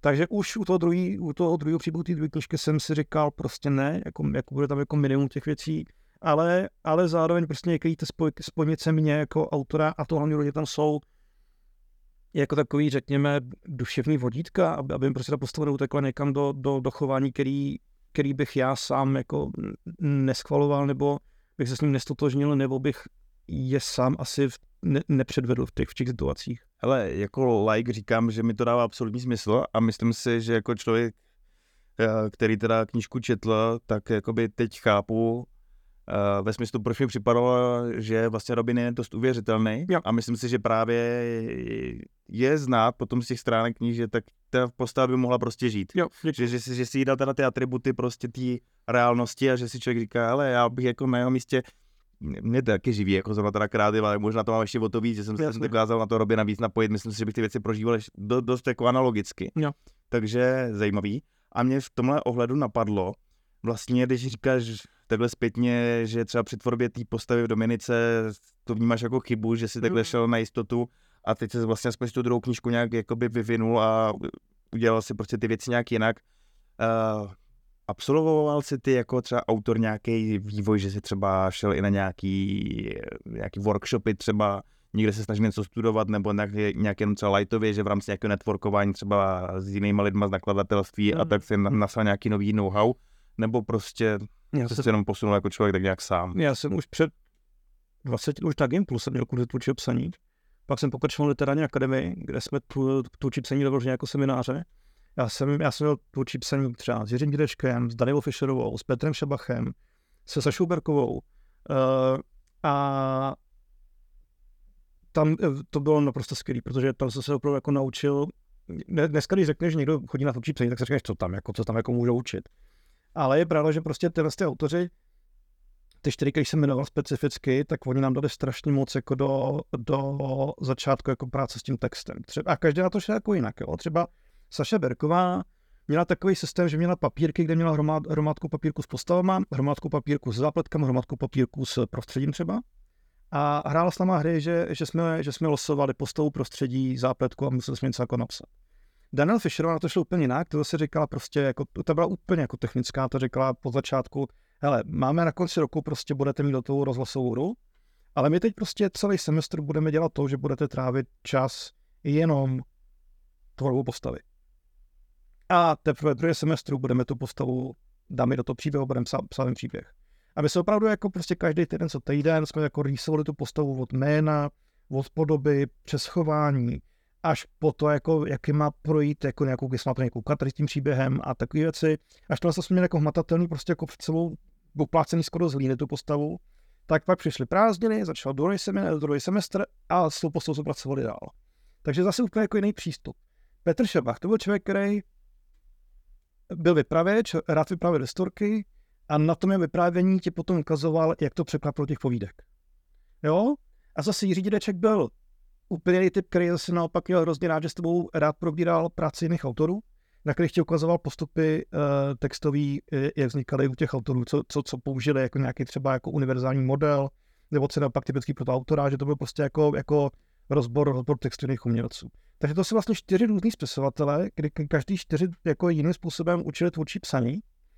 Takže už u toho druhého příběhu, té druhé knížky jsem si říkal prostě ne, jako bude tam jako minimum těch věcí, ale zároveň prostě některé ty spojnice mě jako autora a to hlavně lidi tam jsou jako takový, řekněme, duševní vodítka, aby jim prostě ta postava neutekla někam do chování, který bych já sám jako neschvaloval, nebo bych se s ním nestotožnil, nebo bych je sám asi nepředvedl v těch situacích. Hele, jako like říkám, že mi to dává absolutní smysl a myslím si, že jako člověk, který teda knížku četl, tak jakoby teď chápu ve smyslu, proč mi připadalo, že vlastně Robin je dost uvěřitelný a myslím si, že právě je znát potom z těch stránek knih, že tak ta postava by mohla prostě žít. Jo, že si jí dal teda ty atributy prostě té reálnosti a že si člověk říká, ale já bych jako na jeho místě, mě to taky živí, jako zrovna teda kreativa, ale možná to mám ještě o to víc, že jsem se dokázal na to Robina víc napojit, myslím si, že bych ty věci prožíval dost jako analogicky. Jo. Takže zajímavý. A mě v tomhle ohledu napadlo, vlastně, když říkáš takhle zpětně, že třeba při tvorbě té postavy v Dominice to vnímáš jako chybu, že si takhle šel na jistotu a teď se vlastně aspoň tu druhou knížku nějak jakoby vyvinul a udělal si prostě ty věci nějak jinak. Absolvoval si ty jako třeba autor nějaký vývoj, že si třeba šel i na nějaký workshopy třeba, někde se snažil něco studovat nebo nějaké třeba lightově, že v rámci nějakého networkování třeba s jinýma lidma z nakladatelství a tak si nasal nějaký nový know-how, nebo prostě se jenom posunul jako člověk tak nějak sám. Já jsem už před 20 už na Gimplu jsem měl kurz tvůrčího psaní, pak jsem pokračoval literární akademii, kde jsme tvůrčí psaní dovolili jako semináře. Já jsem měl tvůrčí psaní třeba s Jiřím Dědečkem, s Danielou Fischerovou, s Petrem Šabachem, se Sašou Berkovou a tam to bylo naprosto skvělý, protože tam jsem se opravdu jako naučil. Dneska, když řekneš, že někdo chodí na tvůrčí psaní, tak se říkáš, co tam jako můžou učit. Ale je pravda, že prostě ty autoři, ty 4, když jsem jmenoval specificky, tak oni nám dali strašně moc jako do začátku jako práce s tím textem. A každý na to šel jako jinak. Jo. Třeba Saša Berková měla takový systém, že měla papírky, kde měla hromádku papírku s postavama, hromádku papírku s zápletkami, hromádku papírku s prostředím třeba. A hrála s náma hry, že jsme losovali postavu, prostředí, zápletku a museli jsme něco jako napsat. Daniel Fischerová na to šlo úplně jinak, to se říkala prostě, jako, to byla úplně jako technická, to řekla po začátku, hele, máme na konci roku, prostě budete mít do toho rozhlasovou hru, ale my teď prostě celý semestr budeme dělat to, že budete trávit čas jenom tvorbou postavy. A teprve druhý semestru budeme tu postavu, dáme do toho příběhu, budeme psát příběh. A my se opravdu jako prostě každý týden co týden jsme jako rýsovali tu postavu od jména, od podoby, přes chování, až po to, jako, jaký má projít, jako nějakou kartu s tím příběhem a takové věci. Až to jsme měli jako hmatatelný, prostě jako před sebou uplácený skoro z hlíny tu postavu, tak pak přišly prázdniny, začal druhý semestr a s tou postavou jsme pracovali dál. Takže zase úplně jako jiný přístup. Petr Šabach, to byl člověk, který byl vypravěč, rád vyprávěl historky a na tom vyprávění ti potom ukazoval, jak to překlad pro těch povídek. Jo? A zase Jiří Dědeček byl úplně jiný typ, který zase naopak měl hrozně rád, že s tebou rád probíral práci jiných autorů, na kterých ti ukazoval postupy textový, jak vznikaly u těch autorů, co použili jako nějaký třeba jako univerzální model, nebo co naopak typický pro toho autora, že to byl prostě jako rozbor textu jiných umělců. Takže to jsou vlastně 4 různý spisovatelé, kdy každý 4 jako jiným způsobem učili tvůrčí psaní.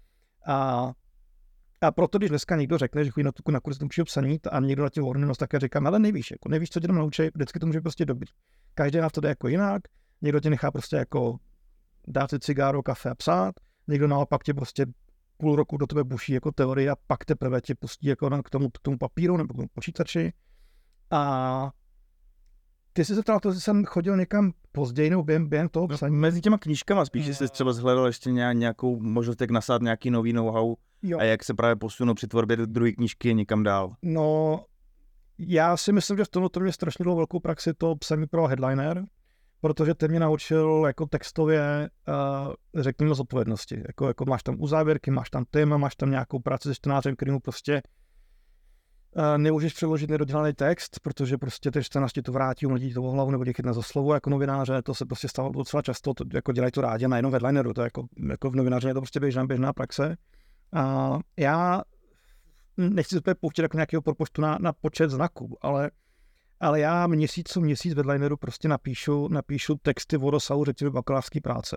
A proto, když dneska někdo řekne, že chodí na kurz tvůrčího psaní a někdo na těch horněnost, tak já říkám, ale nevíš, co tě tam naučí, vždycky to může prostě dobrý. Každý na to jde jako jinak, někdo tě nechá prostě jako dát si cigáro, kafe a psát, někdo naopak tě prostě půl roku do tebe buší jako teorie a pak teprve tě pustí jako k tomu papíru nebo k tomu počítači. A ty jsi se ptal, že jsem chodil někam později nebo během toho psaní. No, mezi těma knížkama spíš, že jsi třeba zhledal ještě nějakou možnost, jak nasát nějaký nový know-how a jak se právě posunul při tvorbě druhé knížky někam dál. No, já si myslím, že v tomto mě strašně dlouho velkou praxi to psaní pro headliner, protože ten mě naučil jako textově, řekněme, z odpovědnosti. Jako máš tam uzávěrky, máš tam téma, máš tam nějakou práci se čtenářem, kterému prostě nemůžeš přeložit nedodělaný text, protože prostě ty čtenáři to vrátí, umletí to o hlavu nebo tě chytne za slovo jako novináře, to se prostě stalo docela často, to jako dělají to rádi na jenom headlineru, to jako v novináři je to prostě běžná praxe. A já nechci se pouštět jako nějakého propočtu na počet znaků, ale já měsíc co měsíc v headlineru prostě napíšu texty o dosahu řekněme bakalářské práce.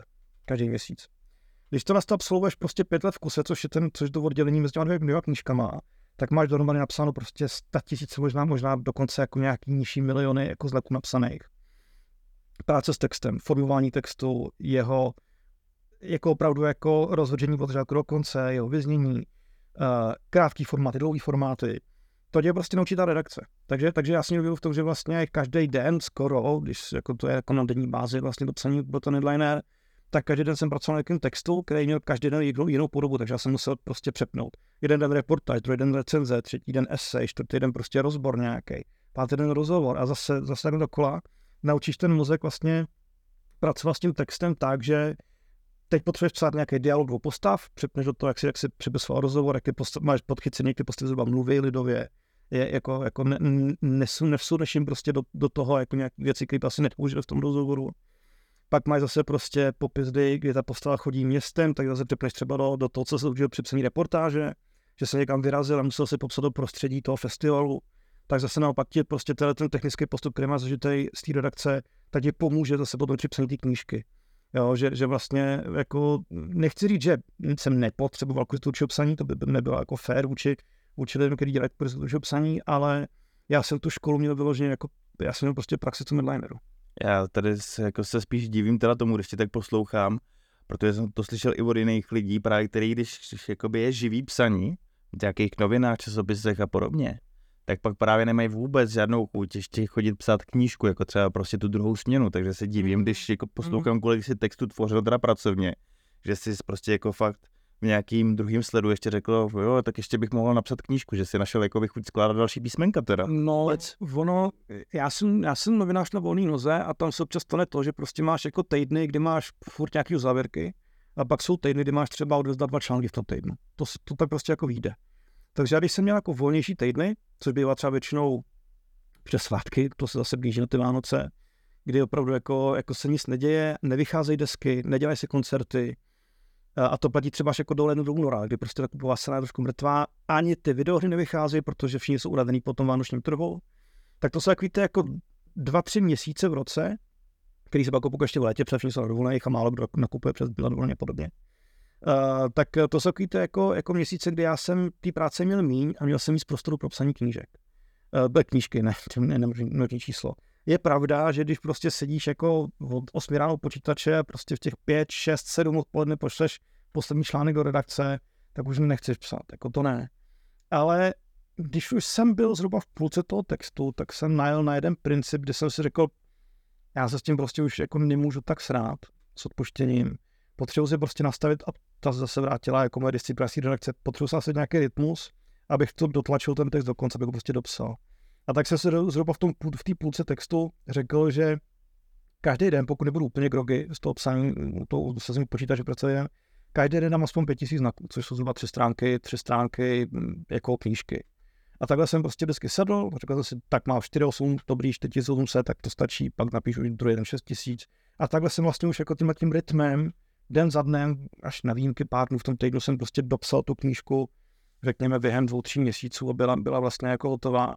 každý měsíc. Když to absolvuješ prostě 5 let v kuse, což je to oddělení mezi těma dvěma knížkama, tak máš dohromady napsáno prostě 100 000, možná dokonce jako nějaký nižší miliony jako znaků napsaných. Práce s textem, formování textu, jeho jako opravdu jako rozhodžení od začátku do konce, jeho vyznění, krátký formáty, dlouhý formáty. To je prostě naučí ta redakce. Takže já si měl v tom, že vlastně každý den skoro, když jako to je jako na denní bázi vlastně do psaní pro ten headliner, tak každý den jsem pracoval na nějakém textu, který měl každý den jinou podobu, takže já jsem musel prostě přepnout. Jeden den reportáž, druhý den recenze, třetí den esej, čtvrtý den prostě rozbor nějaký, pátý den rozhovor a zase dokola naučíš ten mozek vlastně pracovat s tím textem tak, že teď potřebuješ psát nějaký dialog dvou postav, přepneš do toho, jak si připisoval rozhovor, jak máš podchycený, jak postavy zhruba mluví lidově, jako nevsuneš jim prostě do toho jako nějaké věci, které asi nepoužili v tom rozhovoru. Pak máš zase prostě popis, kdy ta postava chodí městem, tak zase přepneš třeba do toho, co se učil při psaní reportáže, že se někam vyrazil a musel si popsat do prostředí toho festivalu, tak zase naopak ti prostě ten technický postup, který máš zažitý z té redakce, tak ti pomůže zase potom při psaní té knížky. Jo, že vlastně jako nechci říct, že jsem nepotřeboval kurz psaní, to by nebylo jako fair vůči lidem, kteří dělají kurz psaní, ale já jsem tu školu měl vyloženě jako, já jsem měl prostě praxi co headlineru. Já tady se spíš divím teda tomu, když tě tak poslouchám, protože jsem to slyšel i od jiných lidí, právě který, když jakoby je živý psaní, v nějakých novinách, časopisech a podobně, tak pak právě nemají vůbec žádnou chuť ještě chodit psát knížku, jako třeba prostě tu druhou směnu, takže se divím, když jako poslouchám, kolik si textu tvořil teda pracovně, že jsi prostě jako fakt v nějakým druhým sledu ještě řekl, jo, tak ještě bych mohl napsat knížku, že si našel jako chuť skládat další písmenka teda. No, já jsem novinář na volný noze a tam se občas stane to, že prostě máš jako týdny, kdy máš furt nějaký závěrky a pak jsou týdny, kdy máš třeba odevzdat 2 články v tom týdnu. To tak prostě jako vyjde. Takže já když jsem měl jako volnější týdny, což bývá třeba většinou přes svátky, to se zase blíží na ty Vánoce, kdy opravdu jako se nic neděje, nevycházejí desky, nedělají se koncerty, a to platí třeba až jako do ledna do února, kdy prostě taková scéna je trošku mrtvá, ani ty videohry nevycházejí, protože všichni jsou unavený po tom vánočním trhu. Tak to jsou takový ty jako 2-3 měsíce v roce, který se pak pokud ještě v létě, protože všichni jsou na dovolených a málo kdo nakupuje přes byla dovoleně a podobně. Tak to jsou takový ty jako měsíce, kdy já jsem té práce měl míň a měl jsem víc prostoru pro psaní knížek. Knížky, ne číslo. Je pravda, že když prostě sedíš jako od 8 ráno počítače a prostě v těch 5, 6, 7 odpoledne pošleš poslední článek do redakce, tak už nechceš psát, jako to ne. Ale když už jsem byl zhruba v půlce toho textu, tak jsem najel na jeden princip, kde jsem si řekl, já se s tím prostě už jako nemůžu tak srát s odpuštěním. Potřebuji si prostě nastavit, a ta zase vrátila jako moje disciplinární redakce, potřebuji si nastavit nějaký rytmus, abych to dotlačil ten text do konce, abych ho prostě dopsal. A tak jsem se zhruba v té půlce textu řekl, že každý den, pokud nebudu úplně grogy z toho psání, to se mi počítá, že pracuje, každý den dám aspoň 5000 znaků, což jsou zhruba 3 stránky jako knížky. A takhle jsem prostě vždycky sedl, řekl jsem si, tak mám 4,8, dobrý, 4800, tak to stačí, pak napíšu druhý den 6000. A takhle jsem vlastně už jako tím rytmem, den za dnem, až na výjimky pár dnů v tom týdnu jsem prostě dopsal tu knížku, řekněme během 2-3 měsíců a byla vlastně jako hotová.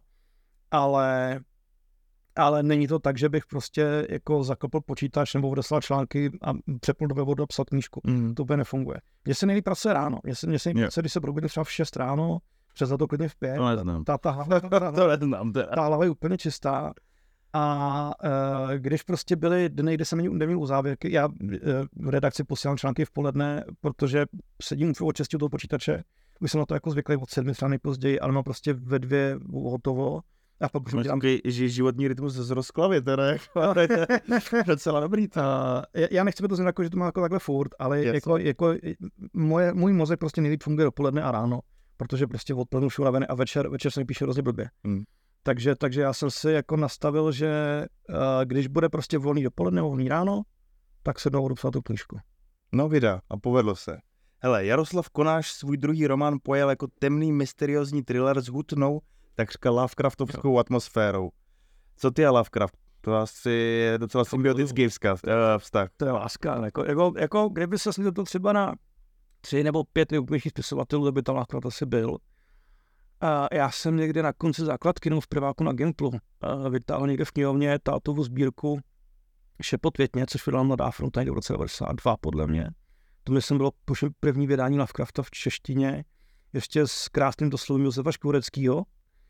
Ale není to tak, že bych prostě jako zakopl počítač nebo odeslal články a přepnul do webu dopsal knížku. To úplně nefunguje. Mně se nejlíp pracuje ráno. Mně se nejlíp pracuje, když se probudím třeba v 6 ráno, přes za to klidně v 5. To neznám. Ta hlava je úplně čistá. A když prostě byly dny, kde jsem neměl uzávěrky, já v redakci posílám články v poledne, protože sedím od 6 u toho počítače, už jsem na to jako zvyklý od 7 strany později, ale mám prostě ve 2 hotovo. A pak už dělám životní rytmus z rozklavy, teda to je docela dobrý. Já nechci to znamenat, jako, že to má jako takhle furt, ale jako můj mozek prostě nejlíp funguje dopoledne a ráno, protože prostě odpoledne už unavený a večer se mi píše hrozně blbě. Takže já jsem si jako nastavil, že když bude prostě volný dopoledne, volný ráno, tak se budu psát tu knížku. No vida, a povedlo se. Hele, Jaroslav Konáš svůj druhý román pojel jako temný, mysteriózní thriller s hutnou, takřka Lovecraftovskou atmosférou. Co ty a Lovecraft? To asi je docela symbiotický vztah. To je láska. Jako kdyby se slyšel to třeba na 3 nebo 5 nejoblíbenějších spisovatelů, by tam Lovecraft asi byl. Já jsem někde na konci základky, nebo v prváku na Gimplu, vytáhl někde v knihovně tátovu sbírku Šepot větně, což vydala Mladá fronta v roce 92 podle mě. To myslím bylo první vydání Lovecrafta v češtině, ještě s krásným doslovím Josefa Škvoreckýho.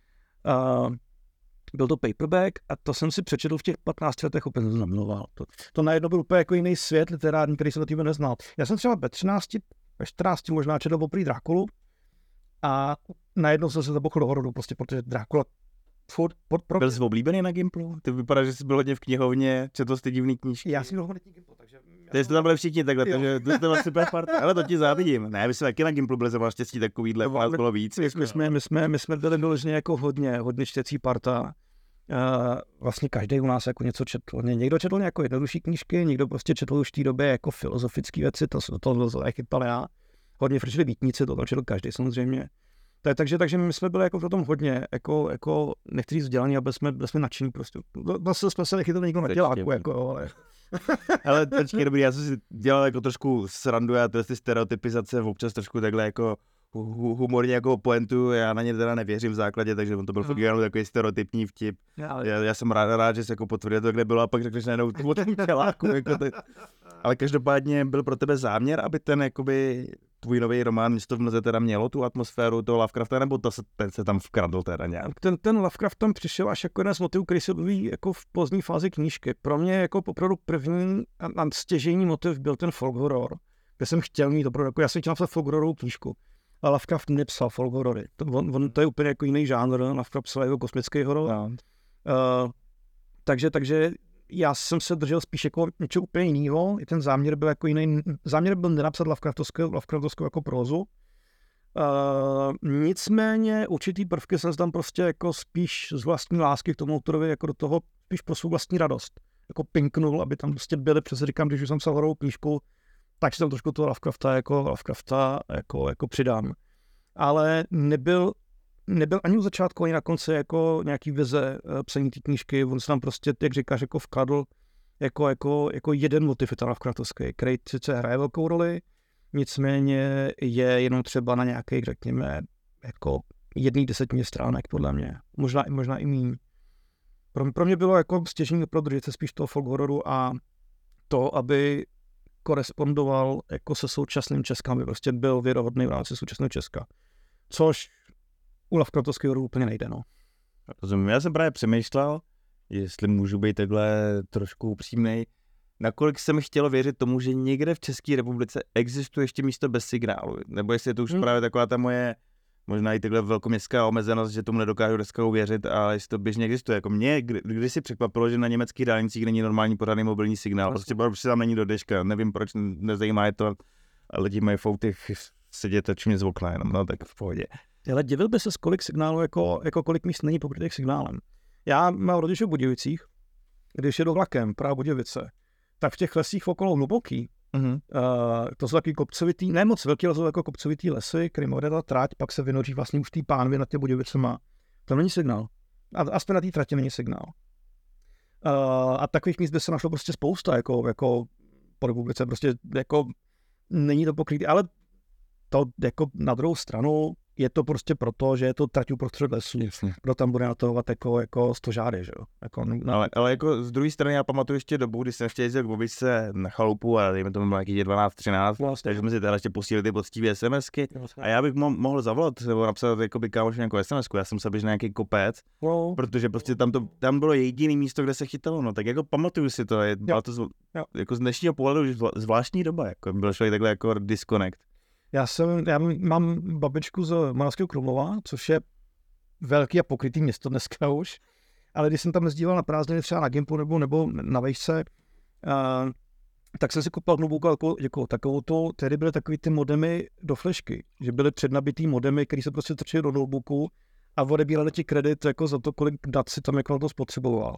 Byl to paperback a to jsem si přečetl v těch 15 letech, opět jsem zamiloval. To najednou byl úplně jako jiný svět literární, který jsem do tím neznal. Já jsem třeba ve 14 možná četl oprý Drákulu a najednou jsem se zabochl do hororu, prostě protože Drákula furt... Byl jsi oblíbený na Gimplu? Ty vypadá, že jsi byl hodně v knihovně, četl jsi ty divný knížky. Já jsem byl hodně Gimplu, takže... Ty jste tam byli všichni takhle, takže to byla super parta. Ale to ti závidím. Ne, my jsme taky na Gimplu byli, za štěstí takovýhle, vás bylo víc. My jsme byli vyloženě jako hodně čtecí parta. Vlastně každý u nás jako něco četl. Někdo četl jako jednodušší knížky, někdo prostě četl už v té době jako filozofické věci, to chytpal já. Hodně frčili býtníci, to četl každý samozřejmě. Takže my jsme byli jako v tom hodně, jako nechci říct vzdělaní, aby jsme nadšení prostě. Vlastně jsme se nechytali nikdo na děláku, jako, ale... Ale počkej, dobrý, já jsem si dělal jako trošku srandu, já ty stereotypizace občas trošku takhle jako humorně jako pointu, já na ně teda nevěřím v základě, takže on to byl fakt jenom takový stereotypní vtip. Já jsem rád, že se jako potvrdil, to kde bylo a pak řekneš najednou o tom těláku. Jako ale každopádně byl pro tebe záměr, aby ten jakoby tvůj nový román Město v mlze teda mělo tu atmosféru toho Lovecrafta, nebo ten se tam vkradl teda nějak? Ten Lovecraft tam přišel až jako jeden z motivů, který se objeví jako v pozdní fázi knížky. Pro mě jako opravdu první a stěžejní motiv byl ten folk horror, kde jsem chtěl mít opravdu, jako já jsem chtěl napsat folk hororovou knížku. A Lovecraft nepsal folk horory. To je úplně jako jiný žánr, Lovecraft psal jako kosmický horor. No. Takže já jsem se držel spíš jako něčeho úplně jiného. I ten záměr byl jako jiný. Záměr byl nenapsat Lovecraftovskou jako prózu. Nicméně určitý prvky jsem tam prostě jako spíš z vlastní lásky k tomu autorovi, jako do toho spíš pro svou vlastní radost. Jako pinknul, aby tam prostě byly, přece říkám, když už jsem psal hororovou knížku, tak si tam trošku toho Lovecrafta jako přidám. Ale nebyl ani u začátku, ani na konci jako nějaký vize psaní té knížky. On se tam prostě, jak říkáš, jako vkladl jako jeden motiv je ten Lovecraftovský, který sice hraje velkou roli, nicméně je jenom třeba na nějakých, řekněme, jako 1/10 stránek, podle mě. Možná i míň. Pro mě bylo jako stěžení prodržet se spíš toho folk hororu a to, aby korespondoval jako se současným Českem, aby prostě byl věrohodný v rámci současného Česka. Což u Lovecraftovského hororu úplně nejde, no. Rozumím, já jsem právě přemýšlel, jestli můžu být takhle trošku upřímnej, nakolik jsem chtěl věřit tomu, že někde v České republice existuje ještě místo bez signálu, nebo jestli je to už právě taková ta moje, možná i takhle velkoměstská omezenost, že tomu nedokážu dneska uvěřit, ale jestli to běžně existuje. Jako mě když si překvapilo, že na německých dálnicích není normální pořádný mobilní signál, prostě tam není do deška, nevím proč, nezajímá je to, a lidi mají v autech sedět čím z okna jenom, no tak v pohodě. Ale divil by se, kolik signálů, jako kolik míst není pokrytých signálem. Já mám rodiče v Budějovicích, když jedu vlakem Praha-Budějovice, tak v těch lesích okolo Hluboký, to jsou taky kopcovitý, ne moc velký, ale jsou jako kopcovitý lesy, který má ta trať, pak se vynoří vlastně už tý pánvě nad těmi Budějovicema. Tam není signál. Aspoň na té trati není signál. A takových míst by se našlo prostě spousta, jako po republice, prostě jako není to pokrytý, ale to jako na druhou stranu je to prostě proto, že je to trať uprostřed lesů. Kdo tam bude natahovat jako stožáry, že jo? Jako, ale jako z druhé strany já pamatuju ještě dobu, kdy jsem ještě jezdil k babičce na chalupu a dejme tomu nějaký 12-13, vlastně. Takže jsme si teda ještě posílili ty poctivé SMSky a já bych mohl zavolat nebo napsat jakoby kámoš nějakou SMSku, já jsem se běžel nějaký kopec, protože prostě tam bylo jediné místo, kde se chytalo, no tak jako pamatuju si to, bylo to jako z dnešního pohledu zvláštní doba, jako byl člověk takhle jako disconnect. Já mám babičku z Moravského Krumlova, což je velký a pokrytý město dneska už, ale když jsem tam jezdíval na prázdniny třeba na Gimplu nebo na vejšce, tak jsem si koupil notebooku jako takovou to, tehdy byly takový ty modemy do flešky, že byly přednabitý modemy, které se prostě trčily do notebooku a odebírali ti kredit jako za to, kolik dat si tam jako na to spotřeboval.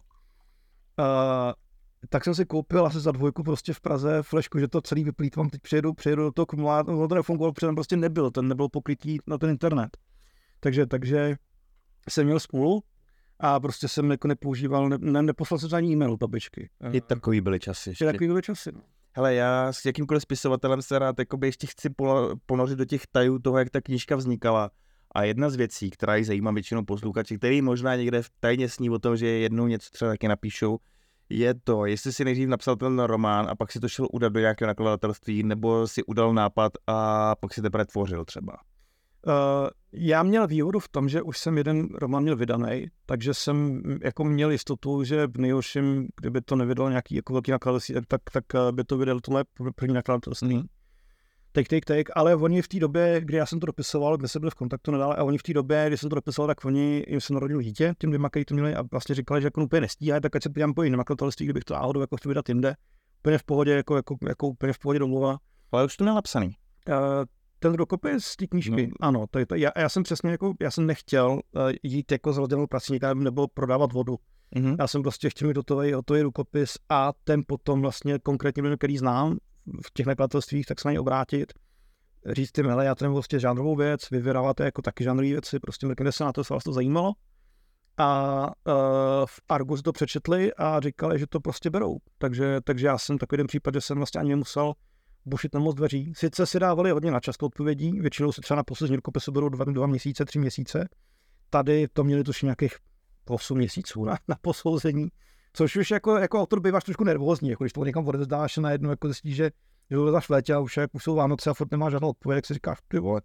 Tak jsem si koupil asi za 2 prostě v Praze flešku, že to celý vyplýtvám, teď přijedu do toho Krumlova, to nefungovalo, protože ten prostě nebyl pokrytý na ten internet. Takže jsem měl smůlu a prostě jsem jako nepoužíval, neposlal jsem ani e-mail babičky. I takový byly časy ještě. No. Hele, já s jakýmkoliv spisovatelem se rád ještě chci ponořit do těch tajů toho, jak ta knížka vznikala. A jedna z věcí, která ji zajímá většinou posluchači, který možná někde v tajně sní o tom, že jednou něco třeba taky napíšou, je to, jestli si nejdřív napsal ten román a pak si to šel udat do nějakého nakladatelství, nebo si udal nápad a pak si teprve tvořil třeba? Já měl výhodu v tom, že už jsem jeden román měl vydaný, takže jsem jako měl jistotu, že v nejhorším, kdyby to nevydalo nějaký jako velký nakladatelství, tak by to vydalo tohle první nakladatelství. Take, ale oni v té době, kdy já jsem to dopisoval, kde jsem byl v kontaktu nadále, a oni v té době, kdy jsem to dopisoval, tak oni jim se narodilo dítě, těm dvěma, kteří to měli, a vlastně říkali, že jako úplně nestíhají, tak ať se podívám po jiném nakladatelství, kdybych to náhodou jako chtěl vydat jinde. Úplně v pohodě, jako úplně v pohodě domluva. Ale už to měl napsaný. Ten rukopis z té knížky, ano, já jsem přesně jako, já jsem nechtěl jít jako s rozdělenou prací někam nebo prodávat vodu. Já jsem prostě chtěl mít hotový rukopis a ten potom vlastně konkrétně lidem, který znám v těch nakladatelstvích, tak se na ně obrátit, říct jim, hele, já tady prostě žánrovou věc, vy vydáváte jako taky žánrový věci, prostě mrkněte se na to, co vás to zajímalo. A v Argus to přečetli a říkali, že to prostě berou. Takže já jsem takový jeden případ, že jsem vlastně ani nemusel bušit na moc dveří. Sice si dávali hodně na často odpovědí, většinou se třeba na poslední rukopisu budou 2 měsíce, 3 měsíce. Tady to měli tuším nějakých 8 měsíců na posouzení, což už jako autor býváš trošku nervózní, jako když to někam odevzdáš a najednou jako zjistíš, že to dáš v létě a už jsou Vánoce a furt nemáš žádnou odpověď, jak si říkáš, ty vole.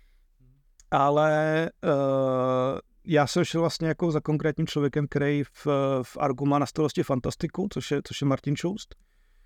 Ale já jsem šel vlastně jako za konkrétním člověkem, který v Argu má na starosti fantastiku, což je Martin Šoust.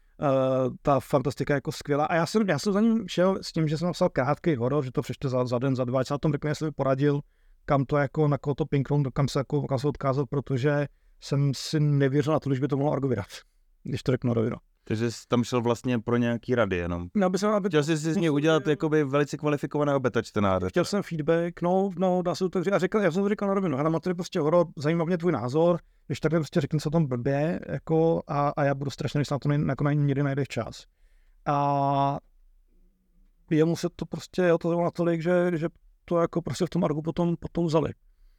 Ta fantastika je jako skvělá. A já jsem za ním šel s tím, že jsem napsal krátký horor, že to přečte za den, za dva, se na tom řekne, jestli mi poradil, kam to jako, na koho to pinknout, kam se odkázat, protože jsem si nevěřil na to, že by to mohlo Argo vydat, když to řeknu rovinu. Takže jsi tam šel vlastně pro nějaký rady jenom. Chtěl jsi z něj udělat jakoby velice kvalifikovaného beta čtenáře. Chtěl jsem feedback, dá se to tak říct. A já jsem to říkal na rovinu, hele, Matry, prostě horor, zajímá mě tvůj názor, když takhle prostě řekni se o tom blbě, jako, a já budu strašně, když na to někdy najdeš čas. A jemu se to prostě otevřelo natolik, že to jako prostě v tom Argu potom vzali.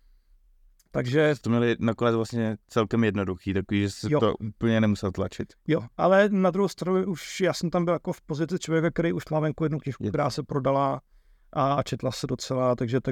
Takže to měli nakonec vlastně celkem jednoduchý, takový, že se to úplně nemusel tlačit. Jo, ale na druhou stranu už já jsem tam byl jako v pozici člověka, který už má venku jednu knížku, která se prodala a četla se docela, takže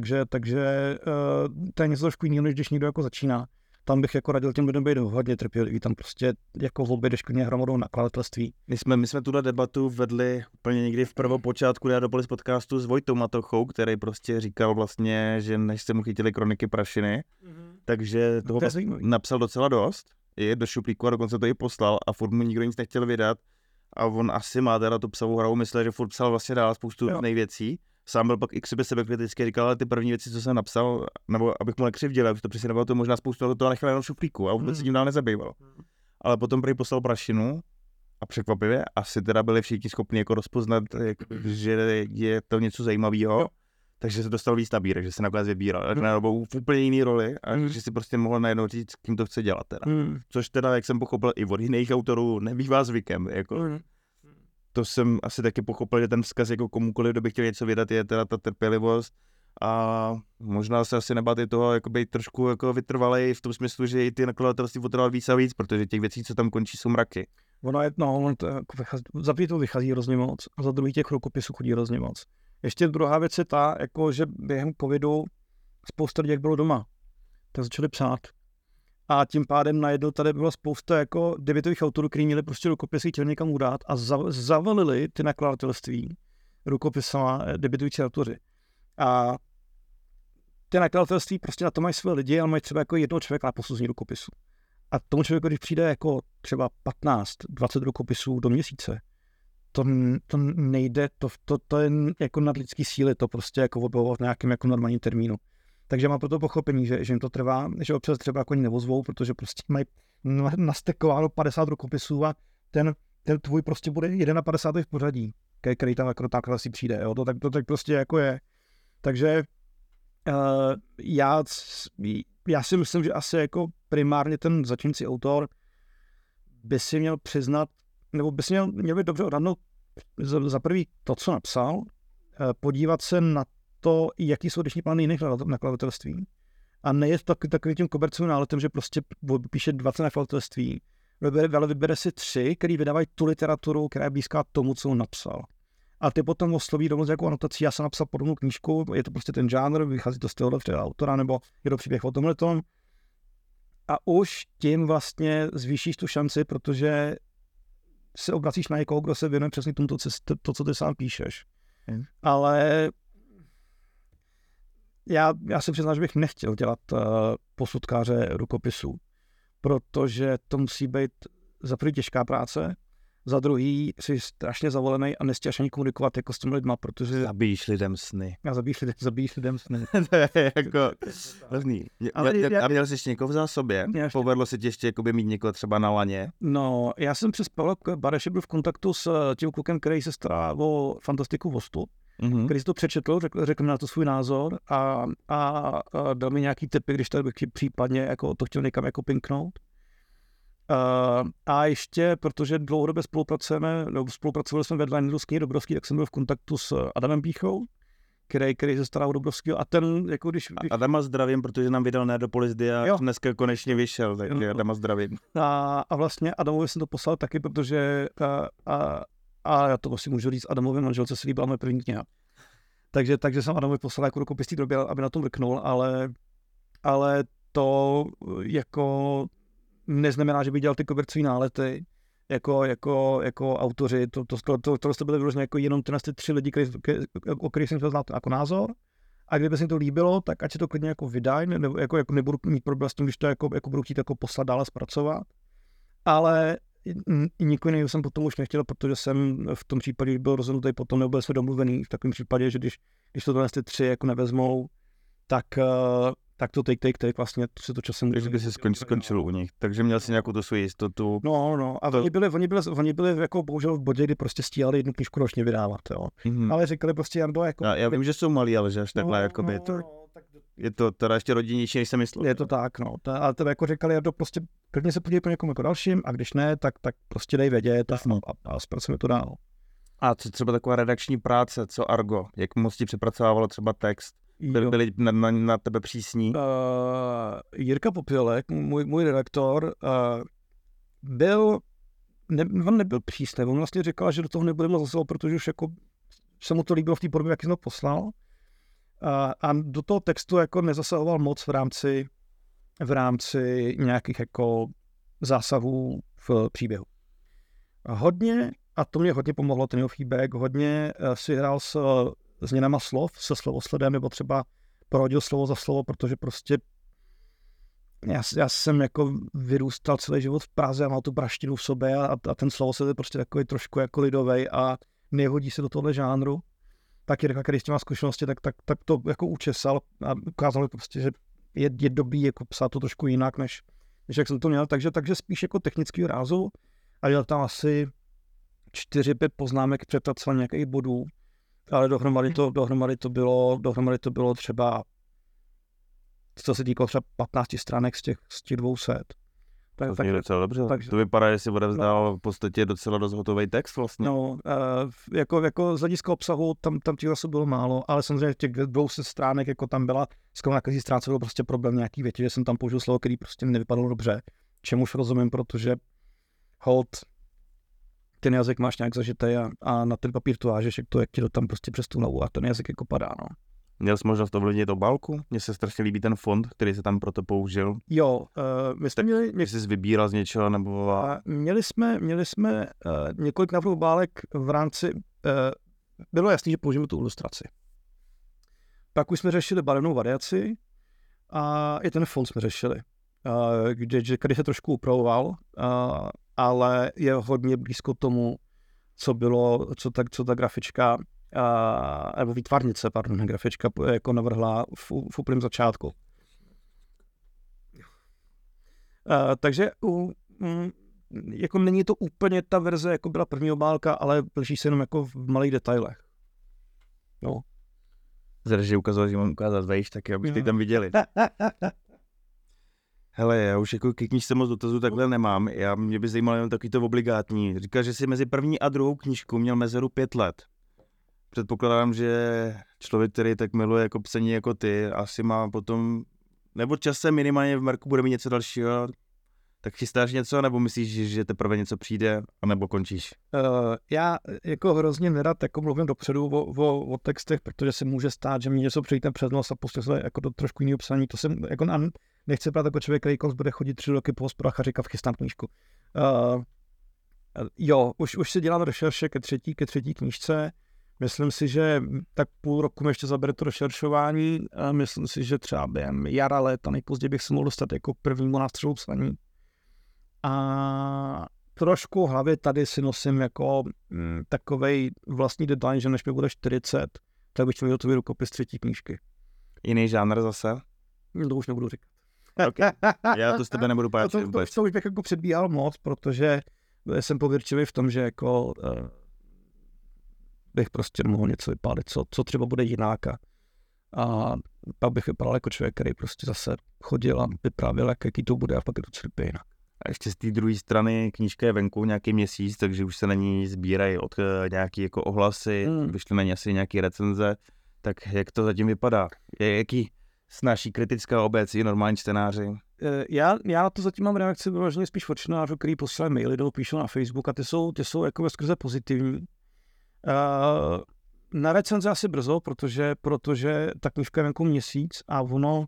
to je něco trošku jiného, než když někdo jako začíná. Tam bych jako radil těm lidem být hodně trpělivý, tam prostě jako objedeš klidně hromadou nakladatelství. My jsme tuhle debatu vedli úplně někdy v prvopočátku Diadopolis podcastu s Vojtou Matochou, který prostě říkal vlastně, že než se mu chytili kroniky prašiny, takže toho vlastně napsal docela dost, je do šuplíku a dokonce to i poslal a furt mu nikdo nic nechtěl vydat a on asi má teda tu psavou hravu, myslel, že furt psal vlastně dál spoustu různých věcí. Sám byl pak i k sobě sebekriticky, říkal, ale ty první věci, co jsem napsal, nebo abych mu nekřivděl, abych to přesně nebylo, to možná spoustu toho nechal jenom v šuplíku a vůbec se tím dál nezabýval. Ale potom prý poslal prašinu a překvapivě asi teda byli všichni schopni jako rozpoznat, že je to něco zajímavého, takže se dostal víc nabírek, že se nakonec vybíral, nebo v úplně jiný roli a že si prostě mohl najednou říct, kým to chce dělat teda. Což teda, jak jsem pochopil, i od jiných autorů nebývá zvykem, jako. To jsem asi taky pochopil, že ten vzkaz jako komukoliv, kdo by chtěl něco vydat, je teda ta trpělivost a možná se asi nebát i toho jako být trošku jako vytrvalej v tom smyslu, že i ty nakladatelství potrvaly víc a víc, protože těch věcí, co tam končí, jsou mraky. Za první to vychází hrozně moc a za druhý těch rukopisů chodí hrozně moc. Ještě druhá věc je ta, jako že během covidu spousta lidí bylo doma, tak začali psát. A tím pádem najednou tady byla spousta jako debutových autorů, kteří měli prostě rukopisy, chtěli někam udát a zavalili ty nakladatelství rukopisama debutující autoři. A ty nakladatelství prostě na to mají své lidi, ale mají třeba jako jednoho člověka na posouzení rukopisu. A tomu člověku, když přijde jako třeba 15-20 rukopisů do měsíce, to nejde, to je jako nadlidský síly, to prostě jako objevovat v nějakém jako normálním termínu. Takže mám proto pochopení, že jim to trvá, že občas třeba jako oni nevozvou, protože prostě mají nastekováno 50 rukopisů a ten tvůj prostě bude 51. v pořadí, který tam jako takhle si přijde, jo? To tak prostě jako je. Takže já si myslím, že asi jako primárně ten začínající autor by si měl přiznat, nebo by si měl být dobře odhadnout za prvý to, co napsal, podívat se na to, jaký jsou dnešní plány jiných nakladatelství. A nejet takovým tím kobercovým náletem, že prostě píše 20 nakladatelství, ale vybere si 3, který vydávají tu literaturu, která je blízká tomu, co on napsal. A ty potom osloví domů jako anotací, já jsem napsal podobnou knížku, je to prostě ten žánr, vychází to z toho autora, nebo je to příběh o tomhletom. a už tím vlastně zvýšíš tu šanci, protože se obracíš na někoho, kdo se věnuje přesně tomu, to, co ty sám píšeš. Ale já si přiznám, že bych nechtěl dělat posudkáře rukopisů, protože to musí být za první těžká práce, za druhý jsi strašně zavolený a nestíháš ani komunikovat jako s těmi lidma, protože... Zabíjíš lidem sny. Zabíjíš lidem sny. To je jako hrozný. A měl jsi ještě někoho v zásobě? Povedlo se ti ještě mít někoho třeba na laně? No, já jsem přes Pavla Bareše byl v kontaktu s tím klukem, který se stará o fantastiku Vostu, který si to přečetl, řekl mi na to svůj názor a dal mi nějaký tipy, když tady bych případně jako to chtěl někam jako pinknout. A ještě, protože dlouhodobě spolupracovali jsme vedle Nidus knihy Dobrovský, tak jsem byl v kontaktu s Adamem Píchou, který se stará o Dobrovského. A ten, jako když... Adama zdravím, protože nám vydal Nerdopolis Dia, dneska konečně vyšel, takže Adama zdravím. A vlastně Adamovi jsem to poslal taky, protože a já to vlastně můžu říct, Adamovi manželce se líbila moje první kniha. Takže jsem Adamovi poslal jako rukopis drobě, aby na tom vrknul, ale to jako neznamená, že by dělal ty kobercový nálety jako autoři. To byly vyloženě jako jenom ty 3 lidi, o kterých jsem chtěl znát jako názor. A kdyby se mi to líbilo, tak ať si to klidně jako vydají, nebo jako nebudu mít problém s tím, když to jako budu chtít jako poslat dále zpracovat. Ale nikoho jiného jsem potom už nechtěl, protože jsem v tom případě byl rozhodnutý potom, nebyl jsme domluvený v takovém případě, že když to ty 3 jako nevezmou, tak to take vlastně si to časem... Takže by si skončil u nich, takže měl si nějakou tu svou jistotu. No, a oni byli jako bohužel v bodě, kdy prostě stíhali jednu knížku ročně vydávat, jo. Ale říkali prostě, Jardo, jako... Já vím, že jsou malí, ale že až takhle, jakoby... Je to teda ještě rodinnější, než jsem myslel. Je to tak, no. Ale tebe jako říkali, Jardo, prostě klidně se podívej po někomu jako dalším a když ne, tak prostě dej vědět a zpracujeme to dál. A co třeba taková redakční práce, co Argo? Jak moc ti přepracovávalo třeba text? Byli na tebe přísní? Jirka Popělek, můj redaktor, on nebyl přísný. On vlastně říkal, že do toho nebudeme zasahovat, protože už jako se mu to líbilo v té podobě, jak jsem to poslal. A do toho textu jako nezasahoval moc v rámci nějakých jako zásahů v příběhu. A to mě hodně pomohlo, ten jeho feedback, hodně si hrál s změnama slov, se slovosledem, nebo třeba prohodil slovo za slovo, protože prostě já jsem jako vyrůstal celý život v Praze a mal tu praštinu v sobě a ten slovosled je prostě takový trošku jako lidovej a nehodí se do tohle žánru. Tak Jirka, který s těma zkušenosti, tak to jako učesal a ukázal mi prostě, že je dobrý jako psát to trošku jinak, než jak jsem to měl, takže spíš jako technického rázu a dělal tam asi 4-5 poznámek přepracovat nějakých bodů, ale dohromady to bylo třeba, co se týkalo třeba 15 stránek z těch 200. Tak je docela dobře. Takže, to vypadá, že si odevzdal v podstatě docela dost hotový text vlastně. No, jako z hlediska obsahu tam těch zase bylo málo, ale samozřejmě těch 200 stránek, jako tam byla, skoro na každý stránce byl prostě problém nějaký větě, že jsem tam použil slovo, který prostě nevypadalo dobře, čemuž rozumím, protože hold, ten jazyk máš nějak zažitej a na ten papír to vážeš, jak ti to tam prostě přes tu hlavu a ten jazyk jako padá, no. Měl jsi možnost ovlivnit obálku? Mně se strašně líbí ten fond, který se tam proto použil. Jo, my jsme měli... Jsi vybíral z něčeho, nebo... Měli jsme několik návrhů obálek v rámci... bylo jasný, že použijeme tu ilustraci. Pak už jsme řešili barevnou variaci a i ten fond jsme řešili, který se trošku upravoval, ale je hodně blízko tomu, co ta grafička, nebo výtvarnice, grafička jako navrhla v úplném začátku. Takže jako není to úplně ta verze, jako byla první obálka, ale blíží se jenom jako v malých detailech. No. Zde, ukazoval, že mám ukázat vejš, tak abyste tam viděli. Hele, já už jako ke knížce moc dotazů takhle nemám. Mě by zajímalo jenom takový to obligátní. Říkal, že jsi mezi první a druhou knížkou měl mezeru 5 let. Předpokládám, že člověk, který tak miluje jako psaní jako ty, asi má potom, nebo časem minimálně v Marku bude mít něco dalšího, Tak chystáš něco, nebo myslíš, že teprve něco přijde, anebo končíš? Já jako hrozně nerad jako mluvím dopředu o textech, protože se může stát, že mi něco přijde přes nos a pustil se jako do trošku jiného psaní. To jsem jako nechci brát jako člověk, který bude chodit 3 roky po hospodách a říkat, chystám knížku. Jo, už si dělám rešerše ke třetí knížce. Myslím si, že tak půl roku mi ještě zabere to rešeršování. Myslím si, že třeba během jara, léta nejpozději bych se mohl dostat jako k prvnímu nástřelu psaní. A trošku v hlavě tady si nosím jako takovej vlastní deadline, že než mi bude 40, tak bych měl hotový rukopis 3. knížky. Jiný žánr zase? To už nebudu říkat. Okay. Já to z tebe nebudu páčit vůbec. To už bych jako předbíhal moc, protože jsem pověrčivý v tom, že jako bych prostě mohl něco vypálit, co třeba bude jinak a pak bych vypadal jako člověk, který prostě zase chodil a vyprávěl, jaký to bude a pak je to celý jinak. A ještě z té druhé strany knížka je venku nějaký měsíc, takže už se na ní sbírají od nějaký jako ohlasy, vyšly na ní asi nějaký recenze, tak jak to zatím vypadá? Jaký snáší kritická obec i normální čtenáři? Já na to zatím mám reakci vyloženě spíš od čtenářů, který posílají maily, nebo píšou na Facebook a ty jsou jako veskrze pozitivní. Na recenze asi brzo, protože ta knížka je venku měsíc a ono,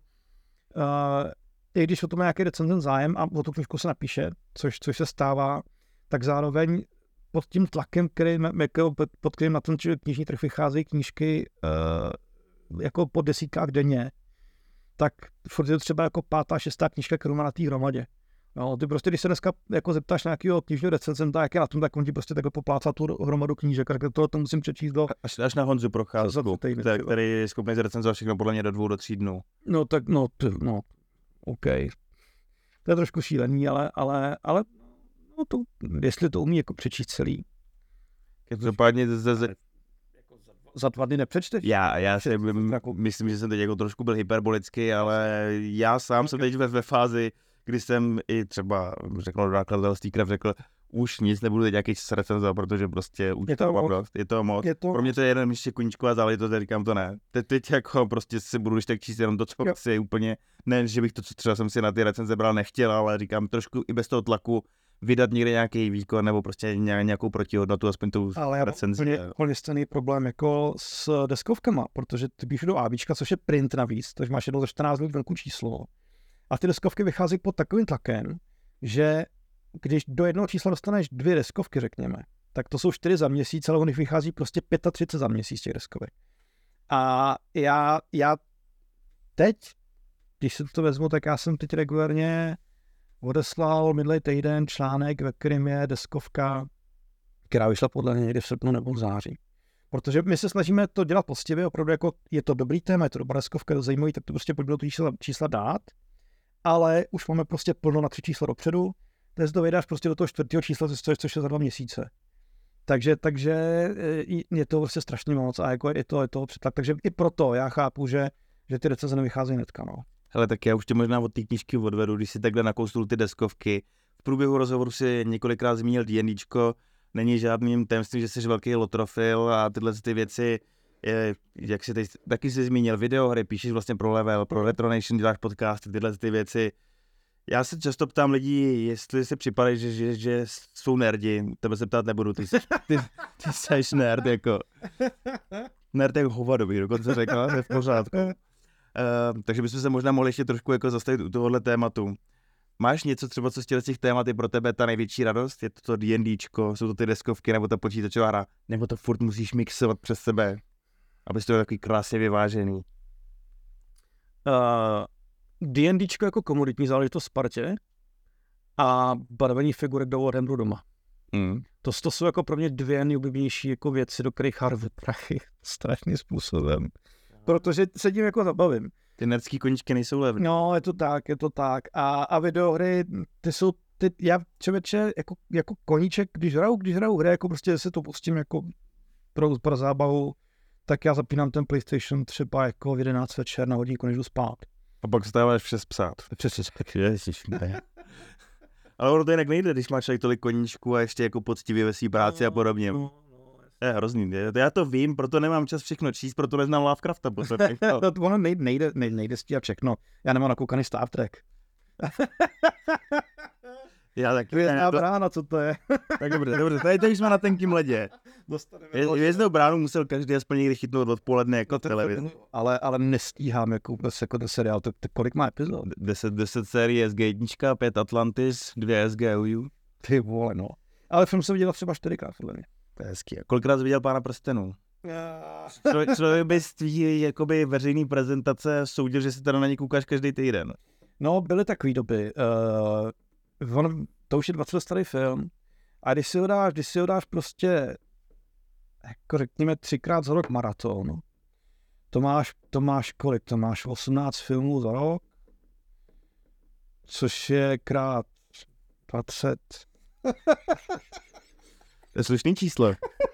i když o tom má nějaký recenzent zájem a o tu knížku se napíše, což se stává, tak zároveň pod tím tlakem, pod kterým na ten knižní trh vycházejí knížky jako po desítkách denně, tak furt je to třeba jako 5., 6. knížka, kterou má na té hromadě. No, ty prostě, když se dneska jako zeptáš na nějakého knižního recenzenta, jak je na tom, tak on ti prostě takhle poplácá tu hromadu knížek, tak to musím přečíst do... Až na Honzu Procházku, který je schopný zrecenzovat všechno podle mě do 2 do 3 dnů. No tak, OK. To je trošku šílený, ale no to, jestli to umí jako přečíst celý. Každopádně za 2 dny nepřečteš? Já si myslím, že jsem teď jako trošku byl hyperbolický, ale já sám jsem teď ve fázi, kdy jsem i třeba řekl do nakladatelství Krev, řekl, už nic nebudu teď nějaký čas recenzovat, protože prostě už je to moc. Pro mě to je jeden ještě koníčková záležitost, říkám to ne. Teď jako prostě si budu když tak číst jenom to, co chci úplně, ne, že bych to, co třeba jsem si na ty recenze bral, nechtěl, ale říkám trošku i bez toho tlaku vydat někde nějaký výkon nebo prostě nějakou protihodnotu, aspoň tou recenzi. Ale já úplně stejný problém jako s deskovkama, protože ty píšu do ABčka, což je print navíc, takže máš jednou za 14 dní velkou číslo. A ty deskovky vychází pod takovým tlakem, že když do jednoho čísla dostaneš 2 deskovky, řekněme, tak to jsou 4 za měsíc, ale u nich vychází prostě 35 za měsíc těch deskovek. A já teď, když se to vezmu, tak já jsem teď regulárně odeslal minulý týden článek, ve kterém je deskovka, která vyšla podle mě někdy v srpnu nebo v září. Protože my se snažíme to dělat poctivě, opravdu jako je to dobrý téma, je to dobrá deskovka, je to zajímavý, tak to prostě pojďme do čísla dát, ale už máme prostě plno na 3 čísla dopředu, teď to vydáš prostě do toho 4. čísla, což je za 2 měsíce. Takže je to prostě strašně moc a jako je to přetlak, takže i proto já chápu, že ty recenze nevycházejí hnedka, no. Hele, tak já už tě možná od té knížky odvedu, když si takhle nakousl ty deskovky. V průběhu rozhovoru si několikrát zmínil D&Dčko, není žádným tajemstvím, že jsi velký lotrofil a tyhle ty věci, jak si teď taky si zmínil, videohry, píšeš vlastně pro Level, pro Retronation, děláš podcasty, tyhle ty věci. Já se často ptám lidí, jestli si připadají, že jsou nerdi, tebe se ptát nebudu, ty jsi nerd, jako. Nerd jako hovado bych dokonce řekl, je v pořádku. Takže bychom se možná mohli ještě trošku jako zastavit u tohohle tématu. Máš něco třeba, co z těch témat je pro tebe ta největší radost? Je to D&Dčko, jsou to ty deskovky, nebo ta počítačová hra? Nebo to furt musíš mixovat přes sebe, abys to byl takový krásně vyvážený? D&Dčko jako komoditní záležitost v Spartě a barvení figurek do Warhammeru doma. To jsou jako pro mě 2 nejoblíbenější jako věci, do kterých harvu prachy strašným způsobem. Protože se tím jako zabavím. Ty nerdský koníčky nejsou levné. No, je to tak. A videohry, já člověče, jako koníček, když hraju hry, jako prostě se to pustím jako pro zábavu, tak já zapínám ten PlayStation třeba jako v 11 večer na hodinku, než jdu spát. A pak stáváš přes psát. Přesně. Ale ono to jinak nejde, když máš tolik koníčků a ještě jako poctivě ve svý práci a podobně. To je hrozný, já to vím, proto nemám čas všechno číst, proto neznám Lovecrafta. Ono nejde stíhat všechno. Já nemám nakoukaný Star Trek. Já taky. Hvězdná brána, co to je? Tak dobře, tady jsme na tenkým ledě. Hvězdnou bránu musel každý aspoň někdy chytnout odpoledne jako televizi. Ale nestíhám jako ten seriál, to kolik má epizod? 10 série SG1, 5 Atlantis, 2 SGU. Ty vole, no. Ale film jsem viděl třeba 4krát, podle mě. To je hezký. Kolikrát jsi viděl Pána prstenů? Člověk by z tvý jakoby veřejný prezentace soudil, že si teda na ně koukáš každý týden. No, byly takový doby. To už je 20 let starý film. A když si ho dáš prostě, jako řekněme, 3krát za rok maraton, to máš kolik? To máš 18 filmů za rok, což je krát 20. To je slušný číslo.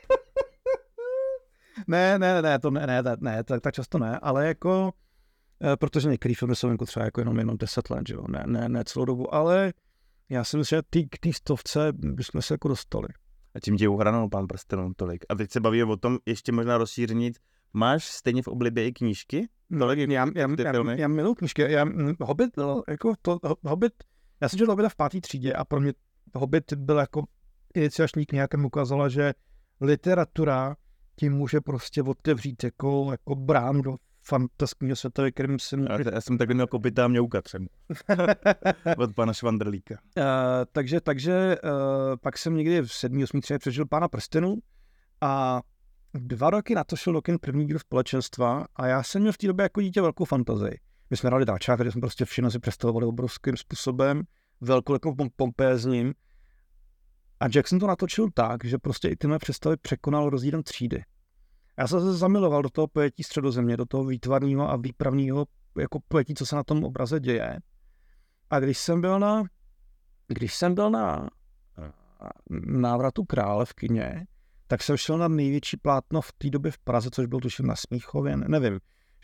Ne, tak často ne, ale jako, protože některý filmy jsou jako třeba jako jenom 10 let, že jo, ne celou dobu, ale já si myslím, že k té 100 bychom se jako dostali. A čím tě uhranul Pán prstenů tolik? A teď se bavíme o tom ještě možná rozšířenit. Máš stejně v oblibě i knížky? Já miluji knížky. Hobbit, já jsem četl Hobbita v 5. třídě a pro mě Hobbit byl jako iniciační kniha, která mi ukázala, že literatura tím může prostě otevřít jako bránu do fantastického světa, ve kterém si může... Já jsem takhle měl kopytá mňouka třeba. Od pana Švandrlíka. Takže pak jsem někdy v 7. 8. třídě přežil Pána prstenů a 2 roky na to šel do kin první díl Společenstva a já jsem měl v té době jako dítě velkou fantazii. My jsme hráli dráčák, kde jsme prostě všechno si představovali obrovským způsobem, velkou jako pompézním. A Jackson to natočil tak, že prostě i ty mé představy překonal rozdílem třídy. Já jsem se zamiloval do toho pojetí Středozemě, do toho výtvarného a výpravného jako pojetí, co se na tom obraze děje. A když jsem byl na Návratu krále v kině, tak jsem šel na největší plátno v té době v Praze, což byl tuším na Smíchově, nevím.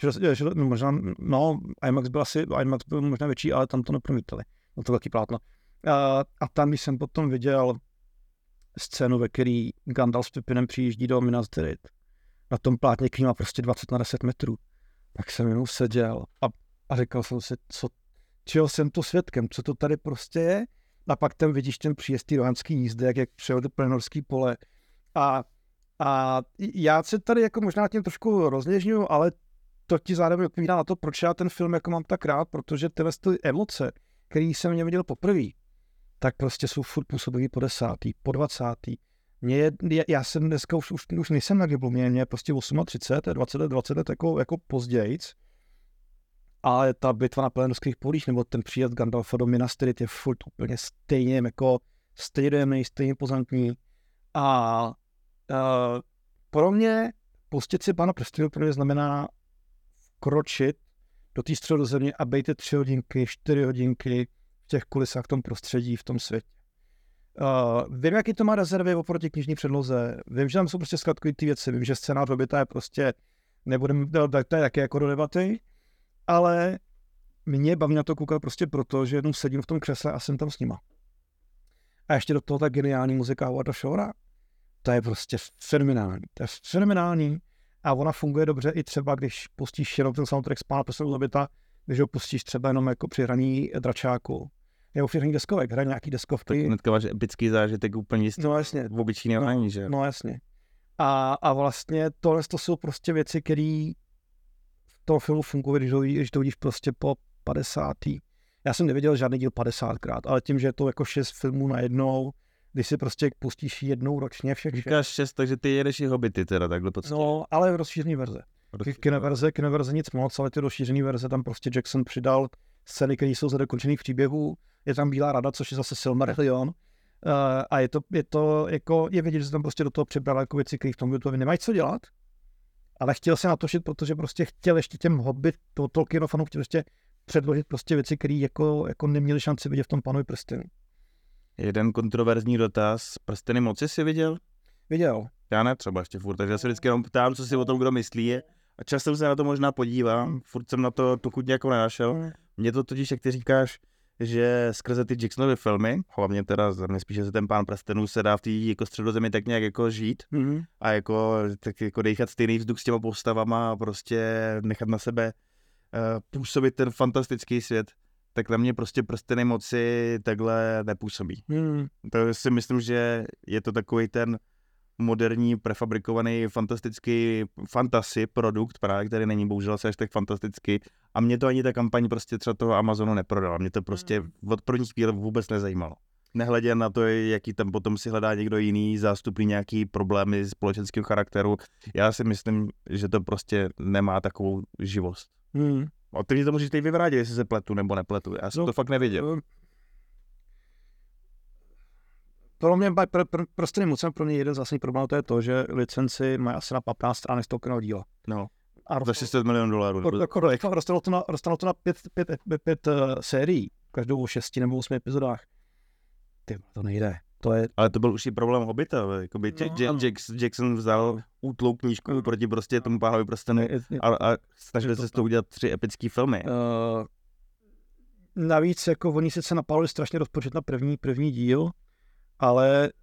IMAX byl možná větší, ale tam to nepromítali. No to velký plátno. A tam, když jsem potom viděl scénu, ve který Gandalf s Pipinem přijíždí do Minas Tirith, na tom plátně, který má prostě 20x10 metrů, tak jsem jenom seděl a říkal jsem si, čeho jsem to svědkem, co to tady prostě je. A pak tam vidíš ten příjezd té rohanský jízdy, jak přejel to Pelennorský pole. A já se tady jako možná tím trošku rozněžňuju, ale to ti zároveň odpovídá na to, proč já ten film jako mám tak rád, protože tyhle emoce, které jsem mě viděl poprvé, tak prostě jsou furt působivý po 10., po 20. Já jsem dneska už nejsem na Giblu, mě je prostě 38, 20 let jako pozdějc. Ale ta bitva na Pelennorských polích, nebo ten příjezd Gandalfa do Minas Tirith je furt úplně stejně dojemný, stejně pozantní. A pro mě pustit si Pána prstenů pro mě znamená vkročit do té Středozemě a bejte 3 hodinky, 4 hodinky v těch kulisách, v tom prostředí, v tom světě. Vím, jaký to má rezervy oproti knižní předloze. Vím, že tam jsou prostě zkratkový ty věci. Vím, že scénář Hobbita je prostě, nebudeme, to je taky jako do debaty, ale mě baví na to koukat prostě proto, že jednou sedím v tom křesle a jsem tam s nima. A ještě do toho ta geniální muzika Howarda Shawra, to je prostě fenomenální. To je fenomenální a ona funguje dobře i třeba, když pustíš jenom ten soundtrack z Pána prstenů Hobbita, když ho pustíš třeba jenom jako při hraní dračáku. Nebo při hraní deskovek, hraní nějaký deskovky. Tak hnedka máš epický zážitek úplně jistý. No jasně. V obyčejného hraní, že? No jasně. A vlastně tohle to jsou prostě věci, které v tom filmu fungují, když to vidíš prostě po 50. Já jsem neviděl žádný díl 50krát, ale tím, že je to jako 6 filmů najednou, když si prostě pustíš jednou ročně všech. Říkáš 6, takže ty jedeš i Hobbity teda takhle poctivě. No, ale v rozšířený verze. Kinoverze nic moc, ale ty rozšířený verze tam prostě Jackson přidal scény, které jsou za dokončených příběhů. Je tam Bílá rada, což je zase Silmarillion. A je to jako, je vidět, že se tam prostě do toho přibral jako věci, které v tom Hobbitovi nemají co dělat. Ale chtěl se natočit, protože prostě chtěl ještě těm Tolkienofanům chtěl ještě předložit prostě věci, které jako neměli šanci vidět v tom Pánovi prstenů. Jeden kontroverzní dotaz. Prsteny moci jsi viděl? Viděl. Já ne třeba ještě furt, takže já se vždycky jenom ptám, co si o tom kdo myslí. A často se na to možná podívám, furt jsem na to chutně jako nenašel. Mně to totiž, jak ty říkáš, že skrze ty Jacksonovy filmy, hlavně teda za mě spíše se ten Pán prstenů se dá v té jako Středozemi tak nějak jako žít a jako tak jako dechat stejný vzduch s těma postavama a prostě nechat na sebe působit ten fantastický svět. tak na mě prostě prsteny moci takhle nepůsobí. To si myslím, že je to takový ten moderní, prefabrikovaný, fantastický fantasy produkt, právě, který není bohužel až tak fantastický. A mě to ani ta kampaň prostě třeba toho Amazonu neprodala. Mě to prostě od první chvíle vůbec nezajímalo. Nehledě na to, jaký tam potom si hledá někdo jiný, zástupný nějaký problémy společenského charakteru. Já si myslím, že to prostě nemá takovou živost. A ty mi to můžeš teď vyvrátit, jestli se pletu nebo nepletu. Já jsem to fakt neviděl. Pro mě prostě nemocem, pro mě jeden zásadní problém, to je to, že licenci mají asi na 15 stránek z toho díla. No. Za $600 milionů. Dostanou to na 5 sérií, každou o 6 nebo 8 epizodách. Ty, to nejde. Ale to byl už i problém Hobbita. Jakoby Jackson vzal útlou knížku proti prostě tomu pánovi prstenu a snažili se s toho udělat 3 epický filmy. Navíc jako oni sice napálili strašně rozpočet na první díl, ale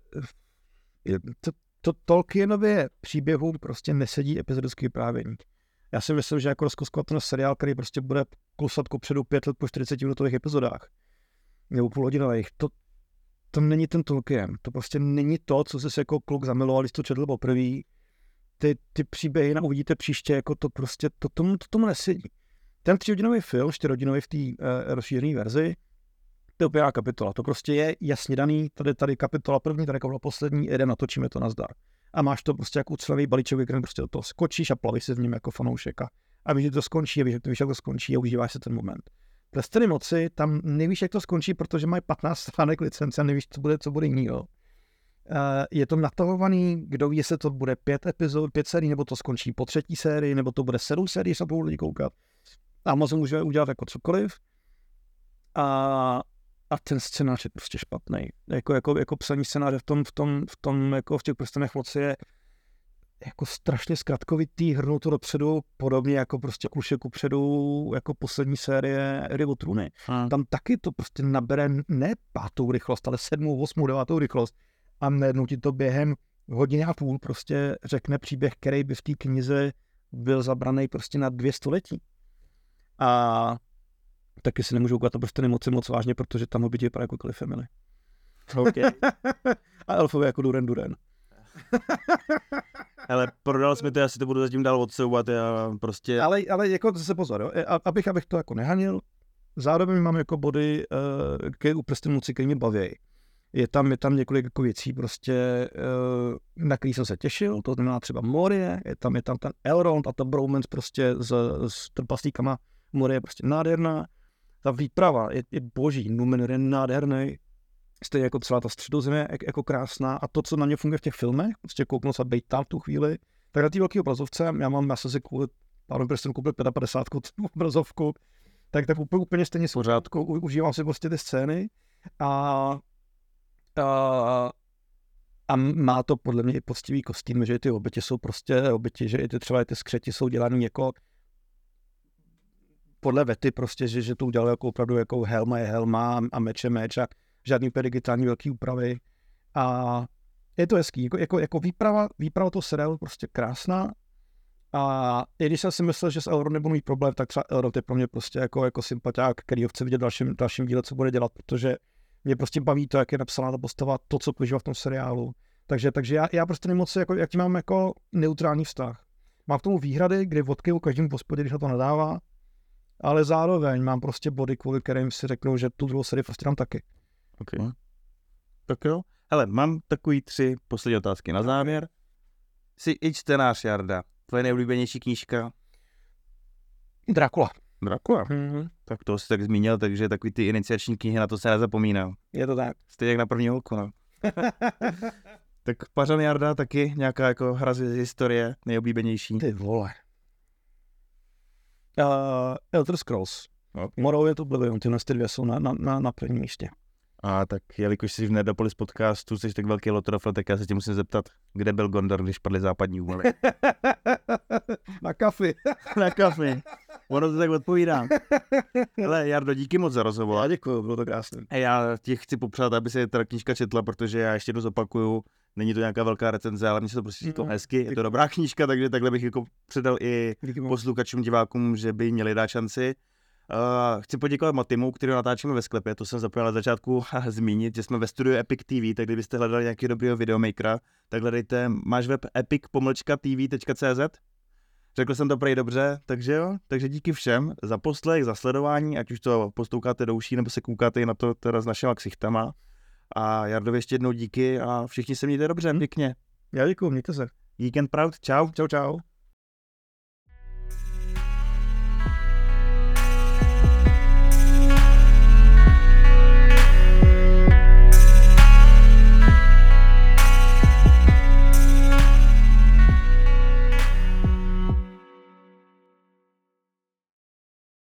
to Tolkienově příběhům prostě nesedí epizodické vyprávění. Já si myslím, že jako rozkoskovat ten seriál, který prostě bude klusat kupředu 5 let po 40-minutových epizodách nebo půlhodinových, to není ten Tolkien. To prostě není to, co jsi jako kluk zamiloval, když to četl poprvé. Ty příběhy uvidíte příště, jako to prostě, tomu nesedí. Ten 3hodinový film, 4hodinový v té rozšířené verzi, to je úplně kapitola. To prostě je jasně daný, tady kapitola první, tady kapitola poslední, jeden natočíme to nazdar. A máš to prostě jako ucelený balíček, který prostě do toho skočíš a plavíš se v něm jako fanoušek. A víš, že to skončí, a víš, jak to skončí a užíváš se ten moment. Prsteny moci, tam nevíš, jak to skončí, protože mají 15 stránek licence a nevíš, co bude jinýho. Je to natahovaný, kdo ví, jestli to bude 5 epizod, 5 sérií, nebo to skončí po 3. sérii, nebo to bude 7 sérií, se budou lidi koukat. Amazon může udělat jako cokoliv. A ten scénář je prostě špatný. Jako psaní scénáře v těch prstenech moci je jako strašně zkratkovitý, hrnou to dopředu, podobně jako prostě klušek upředu, jako poslední série Hry o trůny. Tam taky to prostě nabere ne 5. rychlost, ale 7., 8., 9. rychlost. A najednou ti to během hodiny a půl prostě řekne příběh, který by v té knize byl zabraný prostě na 2 století. A taky si nemůžu ukázat to prostě nemoci moc vážně, protože tam Hobbiti vypadá jako Kelly Family. Okay. A elfové jako Duran. Ale prodal jsme to, já si to budu zatím dál odsouvat, já prostě... Ale jako zase pozor, jo? Abych to jako nehanil, zároveň mám jako body, u prstenu moci, který mě baví. Je tam několik jako věcí prostě, na který jsem se těšil, to znamená třeba Morie, je tam ten Elrond a ta bromance prostě s trpaslíkama. Morie je prostě nádherná, ta výprava je boží, Númenor je nádherný, stejně jako celá ta Středozemí jako krásná a to, co na mě funguje v těch filmech, prostě kouknout se a bejt tam v tu chvíli, tak na té velké obrazovce, já si kvůli pár prstenu koupil 55 obrazovku, tak úplně stejně v pořádku, užívám si prostě ty scény a má to podle mě i poctivý kostým, že ty oběti jsou prostě oběti, že i třeba ty skřeti jsou dělaný jako podle vety prostě, že to udělali jako opravdu jako helma je helma a meč je meč a žádný úplně digitální velký úpravy. A je to hezký, jako výprava toho seriálu prostě krásná. A i když jsem si myslel, že s Elrond nebudu mít problém, tak třeba Elrond je pro mě prostě jako sympatiák, který ho chce vidět v dalším díle, co bude dělat, protože mě prostě baví to, jak je napsaná ta postava, to, co používá v tom seriálu. Takže já prostě nemoc, jako, jak mám jako neutrální vztah. Mám k tomu výhrady, kdy odkyvu každému hospodě, když na to nadává, ale zároveň mám prostě body, kvůli kterým si řeknou, že tu druhou sérii prostě dám taky. Okay. Tak jo. Hele, mám takový 3 poslední otázky na závěr. Jsi i čtenář, Jarda. Tvoje nejoblíbenější knížka? Dracula. Mm-hmm. Tak to jsi tak zmínil, takže takový ty iniciační knihy, na to se nezapomínám. Je to tak. Stejně jak na první holku, no. Tak Pařan Jarda taky nějaká jako hra z historie nejoblíbenější. Ty vole. Elder Scrolls. Okay. Morrowind, Oblivion, tyhle 2 jsou na prvním místě. A tak jelikož jsi v Nerdopolis podcastu, jsi tak velký lotrofil, tak já se tě musím zeptat, kde byl Gondor, když padly západní úvaly? Na kafi. Na kafi. Ono to tak odpovídá. Hele, Jardo, díky moc za rozhovor. Já děkuju, bylo to krásné. A já ti chci popřát, aby se ta knížka četla, protože já ještě jednou zopakuju, není to nějaká velká recenze, ale mně se to prostě říká hezky, je to dobrá knížka, takže takhle bych jako předal i posluchačům, divákům, že by měli dát šanci. Chci poděkovat Matimu, který natáčíme ve sklepě, to jsem zapomněl na začátku zmínit, že jsme ve studiu Epic TV, tak kdybyste hledali nějaký dobrýho videomakera, tak hledejte, máš web epic-tv.cz? Řekl jsem to prej dobře, takže jo, takže díky všem za poslech, za sledování, ať už to postoukáte do uší, nebo se koukáte i na to teda s našima ksichtama. A Jardovi ještě jednou díky a všichni se mějte dobře, pěkně. Já děkuju, mějte se. Geek and Proud, čau. Čau, čau.